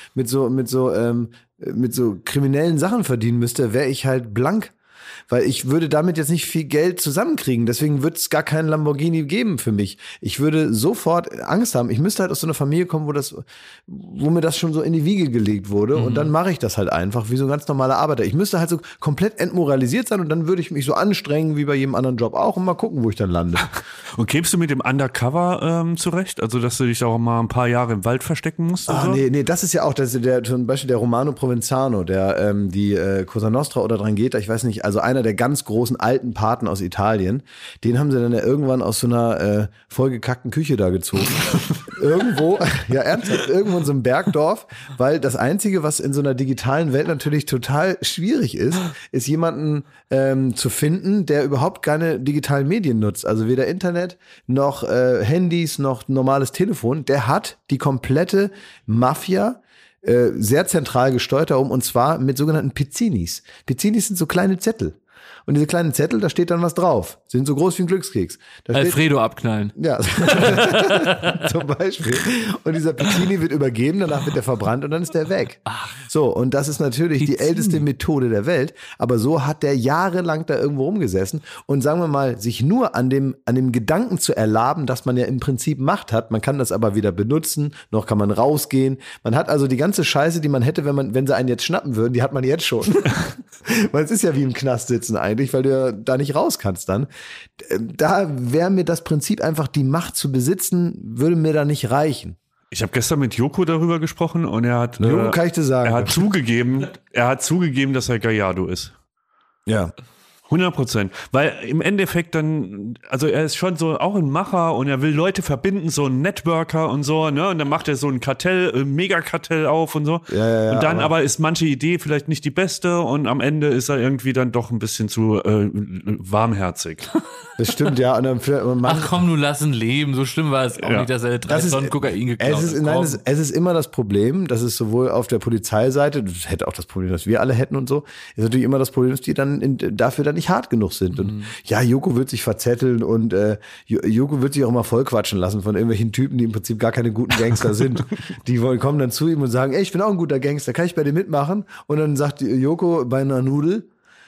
so kriminellen Sachen verdienen müsste, wäre ich halt blank. Weil ich würde damit jetzt nicht viel Geld zusammenkriegen. Deswegen wird es gar keinen Lamborghini geben für mich. Ich würde sofort Angst haben. Ich müsste halt aus so einer Familie kommen, wo mir das schon so in die Wiege gelegt wurde. Und dann mache ich das halt einfach wie so ein ganz normaler Arbeiter. Ich müsste halt so komplett entmoralisiert sein und dann würde ich mich so anstrengen wie bei jedem anderen Job auch und mal gucken, wo ich dann lande. Und kämst du mit dem Undercover zurecht? Also, dass du dich auch mal ein paar Jahre im Wald verstecken musst? Ah, so? Nee, das ist ja auch zum Beispiel der Romano Provenzano, der die Cosa Nostra oder Drangheta, ich weiß nicht, also einer der ganz großen alten Paten aus Italien, den haben sie dann ja irgendwann aus so einer vollgekackten Küche da gezogen. Irgendwo, ja ernsthaft, irgendwo in so einem Bergdorf, weil das Einzige, was in so einer digitalen Welt natürlich total schwierig ist jemanden zu finden, der überhaupt keine digitalen Medien nutzt. Also weder Internet noch Handys noch normales Telefon. Der hat die komplette Mafia sehr zentral gesteuert und zwar mit sogenannten Pizzinis. Pizzinis sind so kleine Zettel. und diese kleinen Zettel, da steht dann was drauf. Sind so groß wie ein Glückskeks. Da steht, Alfredo abknallen. ja, zum Beispiel. Und dieser Pizzini wird übergeben, danach wird er verbrannt und dann ist der weg. So, und das ist natürlich die älteste Methode der Welt, aber so hat der jahrelang da irgendwo rumgesessen und sagen wir mal, sich nur an dem Gedanken zu erlaben, dass man ja im Prinzip Macht hat, man kann das aber wieder benutzen, noch kann man rausgehen, man hat also die ganze Scheiße, die man hätte, wenn sie einen jetzt schnappen würden, die hat man jetzt schon. Weil es ist ja wie im Knast sitzen eigentlich, weil du ja da nicht raus kannst dann. Da wäre mir das Prinzip einfach, die Macht zu besitzen, würde mir da nicht reichen. Ich habe gestern mit Joko darüber gesprochen und er hat, Joko kann ich dir sagen. er hat zugegeben, dass er Gallardo ist. Ja. 100%. Weil im Endeffekt dann, also er ist schon so auch ein Macher und er will Leute verbinden, so ein Networker und so, ne? Und dann macht er so ein Kartell, ein Megakartell auf und so. Ja, und dann aber ist manche Idee vielleicht nicht die beste und am Ende ist er irgendwie dann doch ein bisschen zu warmherzig. Das stimmt, ja. Und dann Ach komm, du lass ihn leben. So schlimm war es auch nicht, dass er 3 Tonnen Kokain geklaut hat. Es ist immer das Problem, dass es sowohl auf der Polizeiseite, das hätte auch das Problem, das wir alle hätten und so, ist natürlich immer das Problem, dass die dann dafür dann nicht hart genug sind. Und ja, Joko wird sich verzetteln und Joko wird sich auch immer vollquatschen lassen von irgendwelchen Typen, die im Prinzip gar keine guten Gangster sind. Die kommen dann zu ihm und sagen, ey, ich bin auch ein guter Gangster, kann ich bei dir mitmachen? Und dann sagt Joko bei einer Nudel,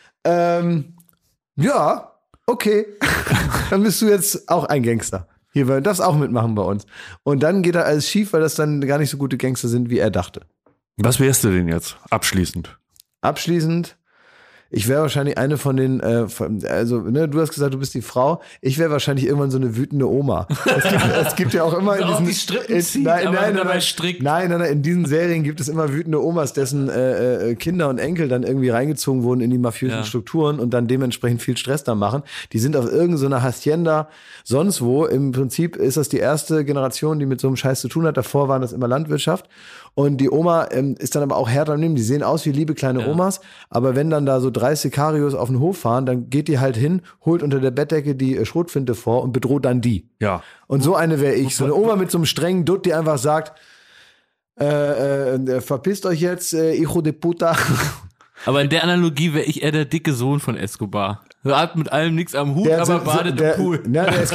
ja, okay, dann bist du jetzt auch ein Gangster. Hier, du darfst auch mitmachen bei uns. Und dann geht da alles schief, weil das dann gar nicht so gute Gangster sind, wie er dachte. Was wärst du denn jetzt abschließend? Abschließend, ich wäre wahrscheinlich eine von den, du hast gesagt, du bist die Frau. Ich wäre wahrscheinlich irgendwann so eine wütende Oma. Es gibt ja auch immer in diesen die Strippen zieht, dabei strickt. Nein, in diesen Serien gibt es immer wütende Omas, dessen Kinder und Enkel dann irgendwie reingezogen wurden in die mafiösen Strukturen und dann dementsprechend viel Stress da machen. Die sind auf irgendeiner Hacienda sonst wo. Im Prinzip ist das die erste Generation, die mit so einem Scheiß zu tun hat. Davor waren das immer Landwirtschaft. Und die Oma ist dann aber auch härter am Nehmen. Die sehen aus wie liebe kleine Omas. Aber wenn dann da so 3 Sicarios auf den Hof fahren, dann geht die halt hin, holt unter der Bettdecke die Schrotflinte vor und bedroht dann die. Ja. Und so eine wäre ich. So eine Oma mit so einem strengen Dutt, die einfach sagt, verpisst euch jetzt, hijo de puta. Aber in der Analogie wäre ich eher der dicke Sohn von Escobar. Er hat mit allem nichts am Hut, aber badet im Pool. Es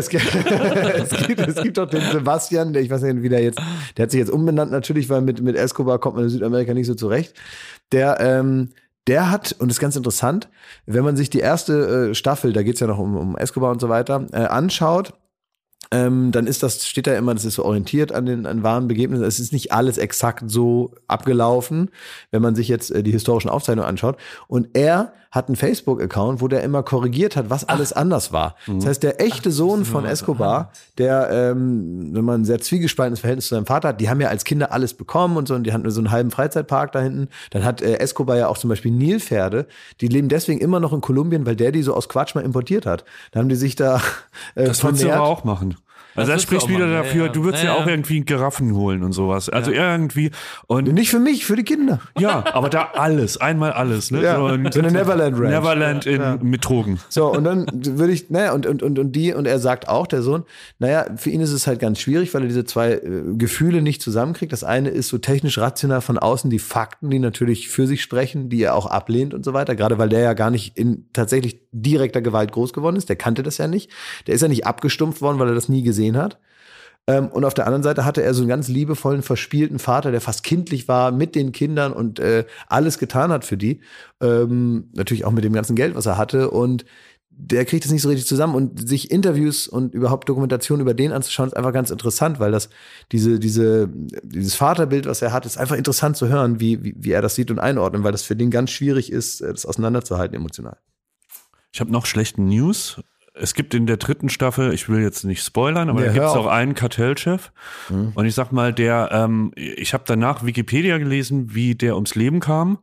gibt doch den Sebastian, ich weiß nicht, wie der hat sich jetzt umbenannt natürlich, weil mit Escobar kommt man in Südamerika nicht so zurecht. Der hat, und das ist ganz interessant, wenn man sich die erste Staffel, da geht's ja noch um Escobar und so weiter, anschaut, dann steht da immer, das ist so orientiert an wahren Begebnissen. Es ist nicht alles exakt so abgelaufen, wenn man sich jetzt die historischen Aufzeichnungen anschaut. Und er hat einen Facebook-Account, wo der immer korrigiert hat, was alles anders war. Das heißt, der echte Sohn von Escobar, der, wenn man ein sehr zwiegespaltenes Verhältnis zu seinem Vater hat, die haben ja als Kinder alles bekommen und so, und die hatten so einen halben Freizeitpark da hinten. Dann hat Escobar ja auch zum Beispiel Nilpferde, die leben deswegen immer noch in Kolumbien, weil der die so aus Quatsch mal importiert hat. Da haben die sich da das würdest du aber auch machen. Also das spricht wieder dafür, ja. Du würdest ja auch irgendwie Giraffen holen und sowas. Also irgendwie. Und nicht für mich, für die Kinder. Ja, aber da alles, einmal alles. Ne? Ja, so eine Neverland Ranch. Neverland mit Drogen. So, und dann würde ich, und er sagt auch, der Sohn, für ihn ist es halt ganz schwierig, weil er diese 2 Gefühle nicht zusammenkriegt. Das eine ist so technisch rational von außen die Fakten, die natürlich für sich sprechen, die er auch ablehnt und so weiter. Gerade weil der ja gar nicht in tatsächlich direkter Gewalt groß geworden ist. Der kannte das ja nicht. Der ist ja nicht abgestumpft worden, weil er das nie gesehen hat. Und auf der anderen Seite hatte er so einen ganz liebevollen, verspielten Vater, der fast kindlich war mit den Kindern und alles getan hat für die. Natürlich auch mit dem ganzen Geld, was er hatte. Und der kriegt das nicht so richtig zusammen. Und sich Interviews und überhaupt Dokumentationen über den anzuschauen, ist einfach ganz interessant, weil dieses Vaterbild, was er hat, ist einfach interessant zu hören, wie er das sieht und einordnen, weil das für den ganz schwierig ist, das auseinanderzuhalten emotional. Ich habe noch schlechte News. Es gibt in der 3. Staffel, ich will jetzt nicht spoilern, aber da gibt es auch einen Kartellchef. Und ich sag mal, ich habe danach Wikipedia gelesen, wie der ums Leben kam.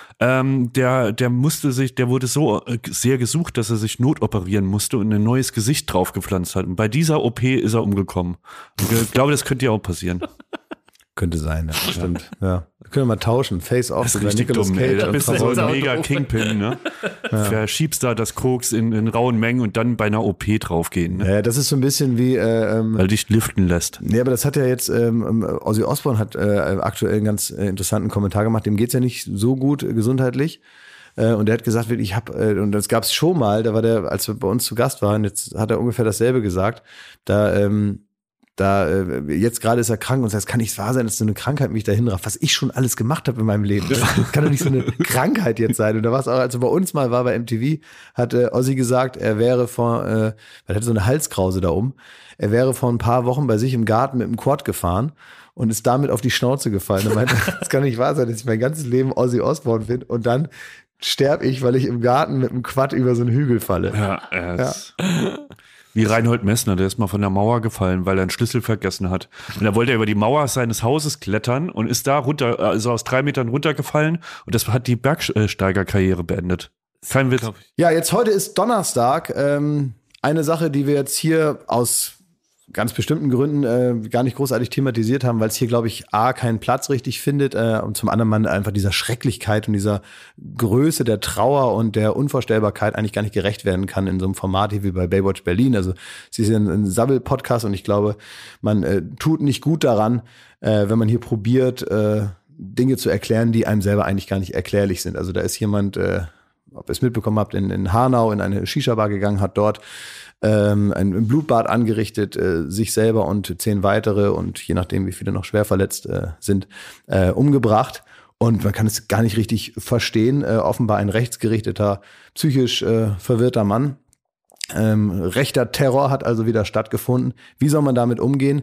Der wurde so sehr gesucht, dass er sich notoperieren musste und ein neues Gesicht draufgepflanzt hat. Und bei dieser OP ist er umgekommen. Und ich glaube, das könnte ja auch passieren. Könnte sein, ja, stimmt. Ja. Können wir mal tauschen. Face-Off. Das ist richtig dumm, ey. Da bist du so ein mega Kingpin, ne? Ja. Verschiebst da das Koks in rauen Mengen und dann bei einer OP draufgehen, ne? Ja, das ist so ein bisschen wie weil dich liften lässt. Nee, aber das hat ja jetzt Ozzy Osbourne hat aktuell einen ganz interessanten Kommentar gemacht. Dem geht's ja nicht so gut gesundheitlich. Und der hat gesagt, ich habe, und das gab es schon mal, da war der, als er bei uns zu Gast war, und jetzt hat er ungefähr dasselbe gesagt, jetzt gerade ist er krank und sagt, es kann nicht wahr sein, dass so eine Krankheit mich dahin rafft, was ich schon alles gemacht habe in meinem Leben. Das kann doch nicht so eine Krankheit jetzt sein. Und da war es auch, als er bei uns mal war bei MTV, hat Ozzy gesagt, er wäre weil er hatte so eine Halskrause da er wäre vor ein paar Wochen bei sich im Garten mit dem Quad gefahren und ist damit auf die Schnauze gefallen. Er meinte, das kann nicht wahr sein, dass ich mein ganzes Leben Ozzy Osbourne bin und dann sterbe ich, weil ich im Garten mit dem Quad über so einen Hügel falle. Ja. Wie Reinhold Messner, der ist mal von der Mauer gefallen, weil er einen Schlüssel vergessen hat. Und da wollte er über die Mauer seines Hauses klettern und ist da runter, also aus 3 Metern runtergefallen. Und das hat die Bergsteigerkarriere beendet. Kein Witz. Ja, jetzt heute ist Donnerstag. Eine Sache, die wir jetzt hier aus ganz bestimmten Gründen gar nicht großartig thematisiert haben, weil es hier, glaube ich, A, keinen Platz richtig findet und zum anderen man einfach dieser Schrecklichkeit und dieser Größe der Trauer und der Unvorstellbarkeit eigentlich gar nicht gerecht werden kann in so einem Format hier wie bei Baywatch Berlin. Also es ist ein Sabbel-Podcast und ich glaube, man tut nicht gut daran, wenn man hier probiert, Dinge zu erklären, die einem selber eigentlich gar nicht erklärlich sind. Also da ist jemand, ob ihr es mitbekommen habt, in Hanau in eine Shisha-Bar gegangen, hat dort ein Blutbad angerichtet, sich selber und 10 weitere und je nachdem, wie viele noch schwer verletzt sind, umgebracht. Und man kann es gar nicht richtig verstehen. Offenbar ein rechtsgerichteter, psychisch verwirrter Mann. Rechter Terror hat also wieder stattgefunden. Wie soll man damit umgehen?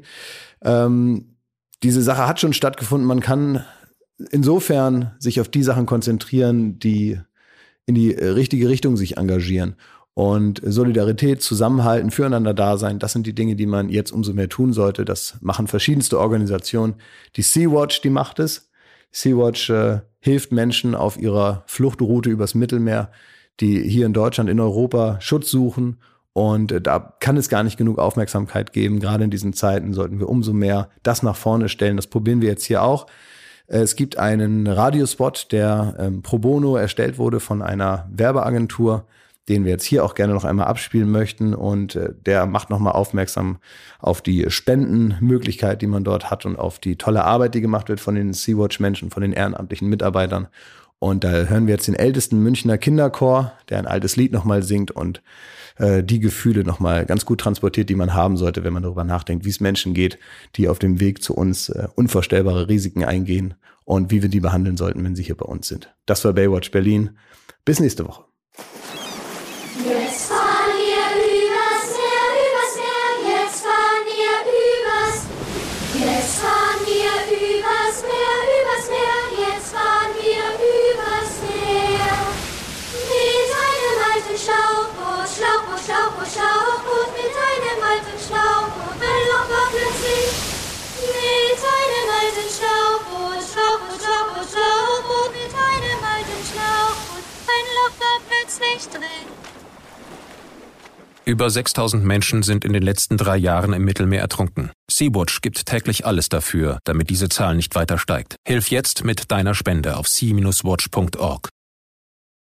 Diese Sache hat schon stattgefunden. Man kann insofern sich auf die Sachen konzentrieren, die in die richtige Richtung sich engagieren. Und Solidarität, Zusammenhalten, füreinander da sein, das sind die Dinge, die man jetzt umso mehr tun sollte. Das machen verschiedenste Organisationen. Die Sea-Watch, die macht es. Sea-Watch hilft Menschen auf ihrer Fluchtroute übers Mittelmeer, die hier in Deutschland, in Europa Schutz suchen. Und da kann es gar nicht genug Aufmerksamkeit geben. Gerade in diesen Zeiten sollten wir umso mehr das nach vorne stellen. Das probieren wir jetzt hier auch. Es gibt einen Radiospot, der pro bono erstellt wurde von einer Werbeagentur, den wir jetzt hier auch gerne noch einmal abspielen möchten. Und der macht nochmal aufmerksam auf die Spendenmöglichkeit, die man dort hat und auf die tolle Arbeit, die gemacht wird von den Sea-Watch-Menschen, von den ehrenamtlichen Mitarbeitern. Und da hören wir jetzt den ältesten Münchner Kinderchor, der ein altes Lied nochmal singt und die Gefühle nochmal ganz gut transportiert, die man haben sollte, wenn man darüber nachdenkt, wie es Menschen geht, die auf dem Weg zu uns unvorstellbare Risiken eingehen und wie wir die behandeln sollten, wenn sie hier bei uns sind. Das war Baywatch Berlin. Bis nächste Woche. Jetzt fahren wir übers Meer, jetzt fahren wir übers. Jetzt fahren wir übers Meer, jetzt fahren wir übers Meer. Mit einem alten Schlauchboot, Schlauchboot, mit einem alten Schlauchboot, ein Loch war plötzlich. Mit einem alten Schlauchboot, Schlauchboot, mit einem alten Schlauchboot, ein Loch war plötzlich drin. Über 6.000 Menschen sind in den letzten 3 Jahren im Mittelmeer ertrunken. Sea-Watch gibt täglich alles dafür, damit diese Zahl nicht weiter steigt. Hilf jetzt mit deiner Spende auf sea-watch.org.